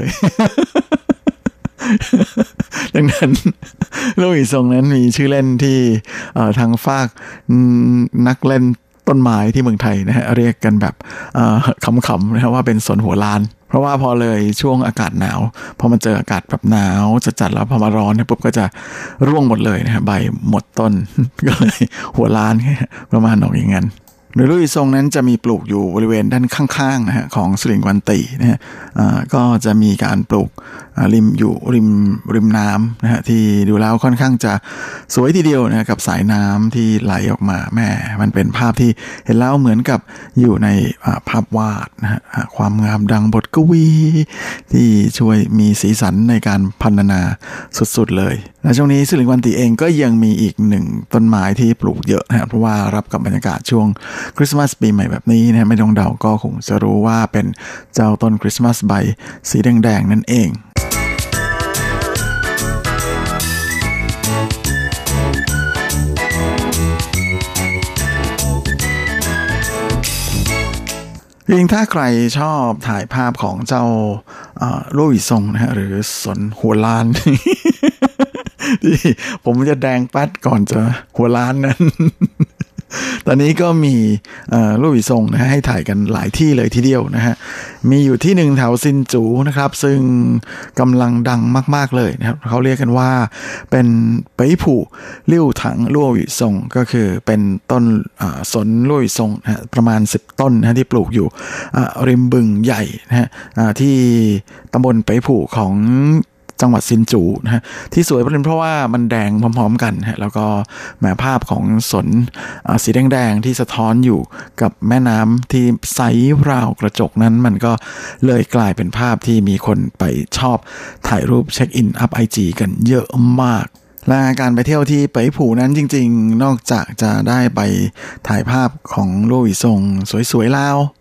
ดังนั้นลั่วหวี่ซงนั้นมีชื่อเล่นที่ทางฝากนักเล่นต้นไม้ที่เมืองไทยนะฮะเรียกกันแบบขำๆนะว่าเป็นสนหัวล้านเพราะว่าพอเลยช่วงอากาศหนาวพอมาเจออากาศแบบหนาวจัดๆแล้วพอมาร้อนเนี่ยปุ๊บก็จะร่วงหมดเลยนะฮะใบหมดต้น ก็เลยหัวล้านประมาณอย่างนั้นโดยลั่วหวี่ซงนั้นจะมีปลูกอยู่บริเวณด้านข้างๆนะฮะของซื่อหลินกวนตีนะฮะก็จะมีการปลูกริมอยู่ริมน้ำนะฮะที่ดูแล้วค่อนข้างจะสวยทีเดียวนะกับสายน้ำที่ไหลออกมาแม่มันเป็นภาพที่เห็นแล้วเหมือนกับอยู่ในภาพวาดนะฮะความงามดังบทกวีที่ช่วยมีสีสันในการพรรณนาสุดๆเลยและช่วงนี้ซื่อหลินกวนตีเองก็ยังมีอีกหนึ่งต้นไม้ที่ปลูกเยอะนะฮะเพราะว่ารับกับบรรยากาศช่วงคริสต์มาสปีใหม่แบบนี้นะไม่ต้องเดาก็คงจะรู้ว่าเป็นเจ้าต้นคริสต์มาสใบสีแดงๆนั่นเองจริงถ้าใครชอบถ่ายภาพของเจ้าลั่วหวี่ซงนะฮะหรือสนหัวล้าน ที่ผมจะแดงปัดก่อนจะหัวล้านนั้น ตอนนี้ก็มีลั่วหวี่ซงนะฮะให้ถ่ายกันหลายที่เลยทีเดียวนะฮะมีอยู่ที่หนึ่งแถวซินจูนะครับซึ่งกำลังดังมากๆเลยนะครับเขาเรียกกันว่าเป็นเป๋ยผู่ลิ่วถังลั่วหวี่ซงก็คือเป็นต้นสนลั่วหวี่ซงนะฮะประมาณ10ต้นนะที่ปลูกอยู่ริมบึงใหญ่นะฮะที่ตำบลเป๋ยผู่ของจังหวัดซินจูนะฮะที่สวยเพราะว่ามันแดงพร้อมๆกันฮะแล้วก็แหมภาพของสนสีแดงๆที่สะท้อนอยู่กับแม่น้ำที่ใสราวกระจกนั้นมันก็เลยกลายเป็นภาพที่มีคนไปชอบถ่ายรูปเช็คอินอัพ IG กันเยอะมากและการไปเที่ยวที่เป๋ยผู่นั้นจริงๆนอกจากจะได้ไปถ่ายภาพของลั่วหวี่ซงสวยๆแล้ว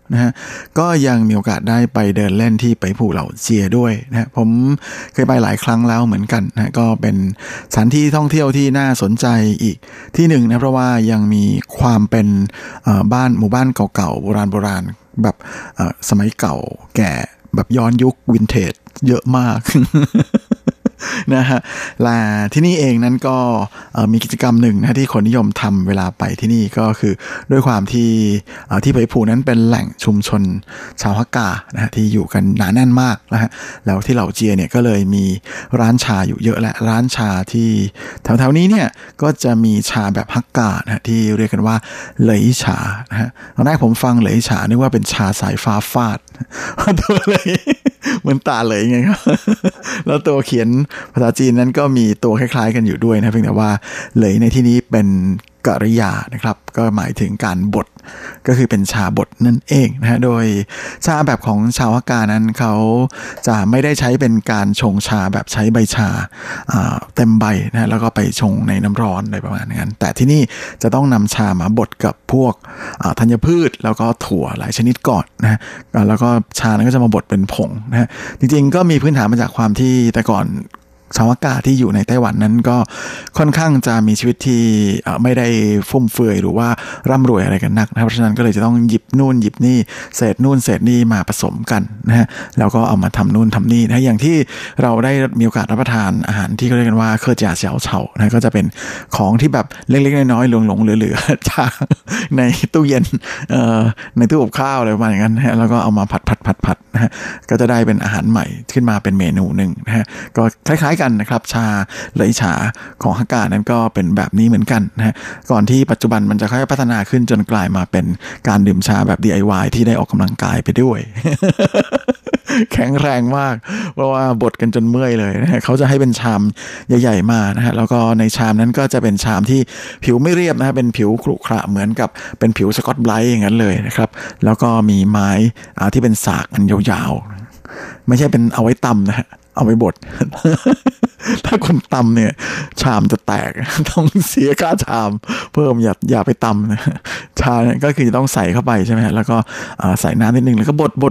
นะฮะก็ยังมีโอกาสได้ไปเดินเล่นที่ไปภูเหล่าเจียด้วยนะผมเคยไปหลายครั้งแล้วเหมือนกันนะก็เป็นสถานที่ท่องเที่ยวที่น่าสนใจอีกที่หนึ่งนะเพราะว่ายังมีความเป็นบ้านหมู่บ้านเก่าๆโบราณแบบสมัยเก่าแก่แบบย้อนยุควินเทจเยอะมาก นะฮะและที่นี่เองนั้นก็มีกิจกรรมหนึ่งนะที่คนนิยมทำเวลาไปที่นี่ก็คือด้วยความที่ไปภูนั้นเป็นแหล่งชุมชนชาวฮักกานะฮะที่อยู่กันหนาแน่นมากนะฮะแล้วที่เหล่าเจียเนี่ยก็เลยมีร้านชาอยู่เยอะและร้านชาที่แถวๆนี้เนี่ยก็จะมีชาแบบฮักกานะฮะที่เรียกกันว่าเหลยชานะฮะตอนแรกผมฟังเหลยชานึกว่าเป็นชาสายฟ้าฟาดตัวเลยเหมือนตาเหลยไงครับแล้วตัวเขียนภาษาจีนนั้นก็มีตัวคล้ายๆกันอยู่ด้วยนะเพียงแต่ว่าเหลยในที่นี้เป็นกริยานะครับก็หมายถึงการบดก็คือเป็นชาบดนั่นเองนะฮะโดยชาแบบของชาวฮักกานั้นเขาจะไม่ได้ใช้เป็นการชงชาแบบใช้ใบชาเต็มใบนะแล้วก็ไปชงในน้ำร้อนอะไรประมาณนั้นแต่ที่นี่จะต้องนำชามาบดกับพวกธัญพืชแล้วก็ถั่วหลายชนิดก่อนนะแล้วก็ชานั้นก็จะมาบดเป็นผงนะฮะจริงๆก็มีพื้นฐานมาจากความที่แต่ก่อนชาวฮักกาที่อยู่ในไต้หวันนั้นก็ค่อนข้างจะมีชีวิตที่ไม่ได้ฟุ่มเฟือยหรือว่าร่ำรวยอะไรกันนักนะเพราะฉะนั้นก็เลยจะต้องหยิบนู่นหยิบนี่เศษนู่นเศษนี่มาผสมกันนะฮะแล้วก็เอามาทำนู่นทำนี่นะอย่างที่เราได้มีโอกาสรับประทานอาหารที่เขาเรียกกันว่าเคอจ่าเสี่ยวเฉานะก็จะเป็นของที่แบบเล็กๆน้อยๆหลงๆเหลือๆจากในตู้เย็นในตู้อบข้าวอะไรประมาณอย่างนั้นนะฮะแล้วก็เอามาผัดนะฮะก็จะได้เป็นอาหารใหม่ขึ้นมาเป็นเมนูนึงนะฮะก็คล้ายกันนะครับชาเหลยชาของฮักกานั้นก็เป็นแบบนี้เหมือนกันนะฮะก่อนที่ปัจจุบันมันจะค่อยพัฒนาขึ้นจนกลายมาเป็นการดื่มชาแบบ DIY ที่ได้ออกกำลังกายไปด้วย แข็งแรงมากเพราะว่าบดกันจนเมื่อยเลยนะฮะเขาจะให้เป็นชามใหญ่ๆมานะฮะแล้วก็ในชามนั้นก็จะเป็นชามที่ผิวไม่เรียบนะฮะเป็นผิวขรุขระเหมือนกับเป็นผิวสกอตไบรท์อย่างนั้นเลยนะครับแล้วก็มีไม้ที่เป็นสากอันยาวๆไม่ใช่เป็นเอาไว้ตำนะฮะเอาไปบด ถ้าคนตำเนี่ยชามจะแตกต้องเสียค่าชามเพิ่มอย่าไปตำนะชาเนี่ยก็คือจะต้องใส่เข้าไปใช่ไหมแล้วก็ใส่น้ำนิดนึงแล้วก็บด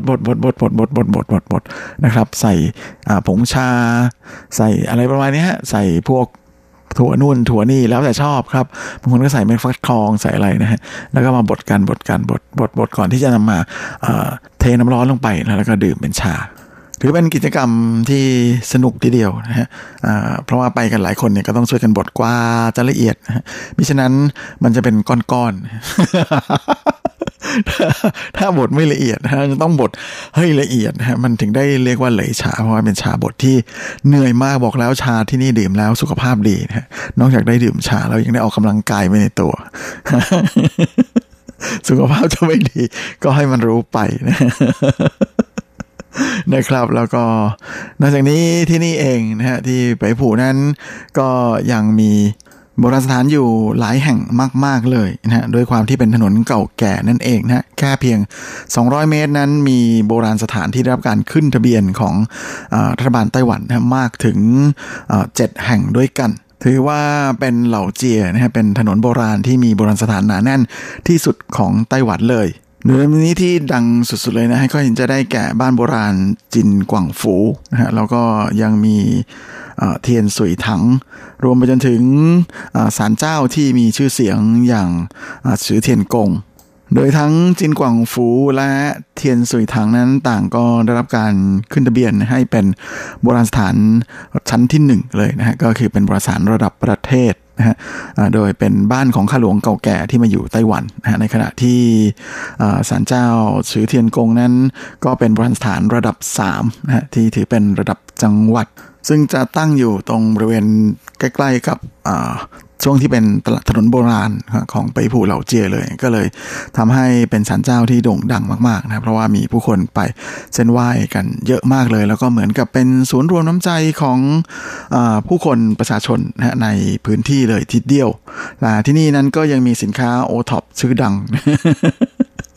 นะครับใส่ผงชาใส่อะไรประมาณนี้ฮะใส่พวกถั่วนู่นถั่วนี่แล้วแต่ชอบครับบางคนก็ใส่เม็ดฟักทองใส่อะไรนะฮะแล้วก็มาบดก่อนที่จะนำมาเทน้ำร้อนลงไปแล้วก็ดื่มเป็นชาถือเป็นกิจกรรมที่สนุกทีเดียวนะฮะเพราะว่าไปกันหลายคนเนี่ยก็ต้องช่วยกันบดกว่าจะละเอียดนะฮะมิฉะนั้นมันจะเป็นก้อนๆ ถ้าบดไม่ละเอียดนะฮะจะต้องบดให้ละเอียดนะฮะมันถึงได้เรียกว่าเหลยชาเพราะว่าเป็นชาบดที่เหนื่อยมากบอกแล้วชาที่นี่ดื่มแล้วสุขภาพดีนะฮะนอกจากได้ดื่มชาแล้วยังได้ออกกำลังกายไปในตัว สุขภาพจะไม่ดีก็ให้มันรู้ไปนะนะครับแล้วก็นอกจากนี้ที่นี่เองนะฮะที่ไปภูนั้นก็ยังมีโบราณสถานอยู่หลายแห่งมากๆเลยนะฮะด้วยความที่เป็นถนนเก่าแก่นั่นเองนะฮะแค่เพียง200เมตรนั้นมีโบราณสถานที่ได้รับการขึ้นทะเบียนของรัฐบาลไต้หวันนะมากถึง7แห่งด้วยกันถือว่าเป็นเหล่าเจียนะฮะเป็นถนนโบราณที่มีโบราณสถานหนาแน่นที่สุดของไต้หวันเลยโดยนี้ที่ดังสุดๆเลยนะก็เห็นจะได้แก่บ้านโบราณจินกวางฝูนะฮะแล้วก็ยังมีเทียนสุยถังรวมไปจนถึงศาลเจ้าที่มีชื่อเสียงอย่างชื่อเทียนกงโดยทั้งจินกวางฝูและเทียนสุยถังนั้นต่างก็ได้รับการขึ้นทะเบียนให้เป็นโบราณสถานชั้นที่1เลยนะฮะก็คือเป็นโบราณสถานระดับประเทศนะฮะโดยเป็นบ้านของข้าหลวงเก่าแก่ที่มาอยู่ไต้หวันนะฮะในขณะที่ศาลเจ้าชื่อเทียนกงนั้นก็เป็นโบราณสถานระดับ3นะฮะที่ถือเป็นระดับจังหวัดซึ่งจะตั้งอยู่ตรงบริเวณใกล้ๆกับช่วงที่เป็นตลาดถนนโบราณของไปภูเหล่าเจียเลยก็เลยทำให้เป็นศาลเจ้าที่โด่งดังมากๆนะเพราะว่ามีผู้คนไปเส้นไหว้กันเยอะมากเลยแล้วก็เหมือนกับเป็นศูนย์รวมน้ำใจของผู้คนประชาชนนะในพื้นที่เลยทีเดียวที่นี่นั้นก็ยังมีสินค้าโอท็อปชื่อดัง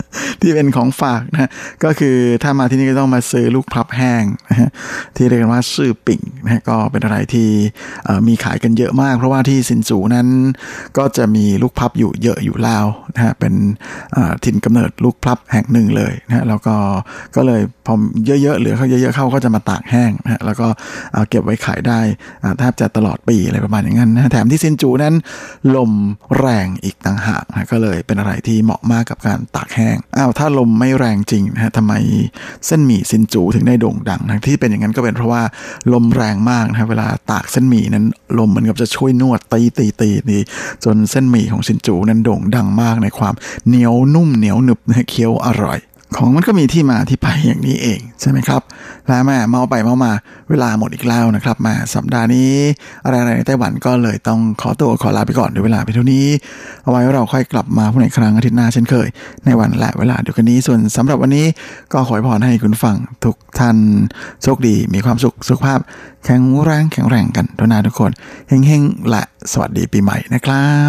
ที่เป็นของฝากนะก็คือถ้ามาที่นี่ก็ต้องมาซื้อลูกพลับแห้งนะฮะที่เรียกกันว่าซื่อปิ่งนะก็เป็นอะไรที่มีขายกันเยอะมากเพราะว่าที่ซินจูนั้นก็จะมีลูกพลับอยู่เยอะอยู่แล้วนะฮะเป็นถิ่นกำเนิดลูกพลับแห่งหนึ่งเลยนะฮะแล้วก็เลยพอเยอะๆเหลือเขาเยอะๆเข้าก็จะมาตากแห้งนะฮะแล้วก็เก็บไว้ขายได้แทบจะตลอดปีอะไรประมาณอย่างนั้นนะแถมที่ซินจูนั้นลมแรงอีกต่างหากนะก็เลยเป็นอะไรที่เหมาะมากกับการตากแห้งถ้าลมไม่แรงจริงนะฮะทำไมเส้นหมี่ซินจูถึงได้โด่งดังนะที่เป็นอย่างนั้นก็เป็นเพราะว่าลมแรงมากนะเวลาตากเส้นหมี่นั้นลมเหมือนกับจะช่วยนวดตีจนเส้นหมี่ของซินจูนั้นโด่งดังมากในความเหนียวนุ่มเหนียวหนึบเคี้ยวอร่อยของมันก็มีที่มาที่ไปอย่างนี้เองใช่ไหมครับแล้วแม่เมาไปเมามาเวลาหมดอีกแล้วนะครับมาสัปดาห์นี้อะไรในไต้หวันก็เลยต้องขอลาไปก่อนด้วยเวลาไปเท่านี้เอาไว้เราค่อยกลับมาพบในครั้งอาทิตย์หน้าเช่นเคยในวันและเวลาเดียวกันนี้ส่วนสำหรับวันนี้ก็ขอให้พรให้คุณฟังทุกท่านโชคดีมีความสุขสุขภาพแข็งแรงกันทุกนาทุกคนเฮงๆและสวัสดีปีใหม่นะครับ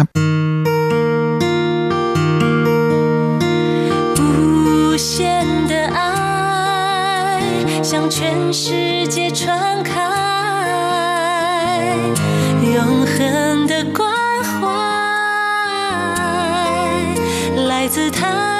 无限的爱向全世界传开，永恒的关怀来自他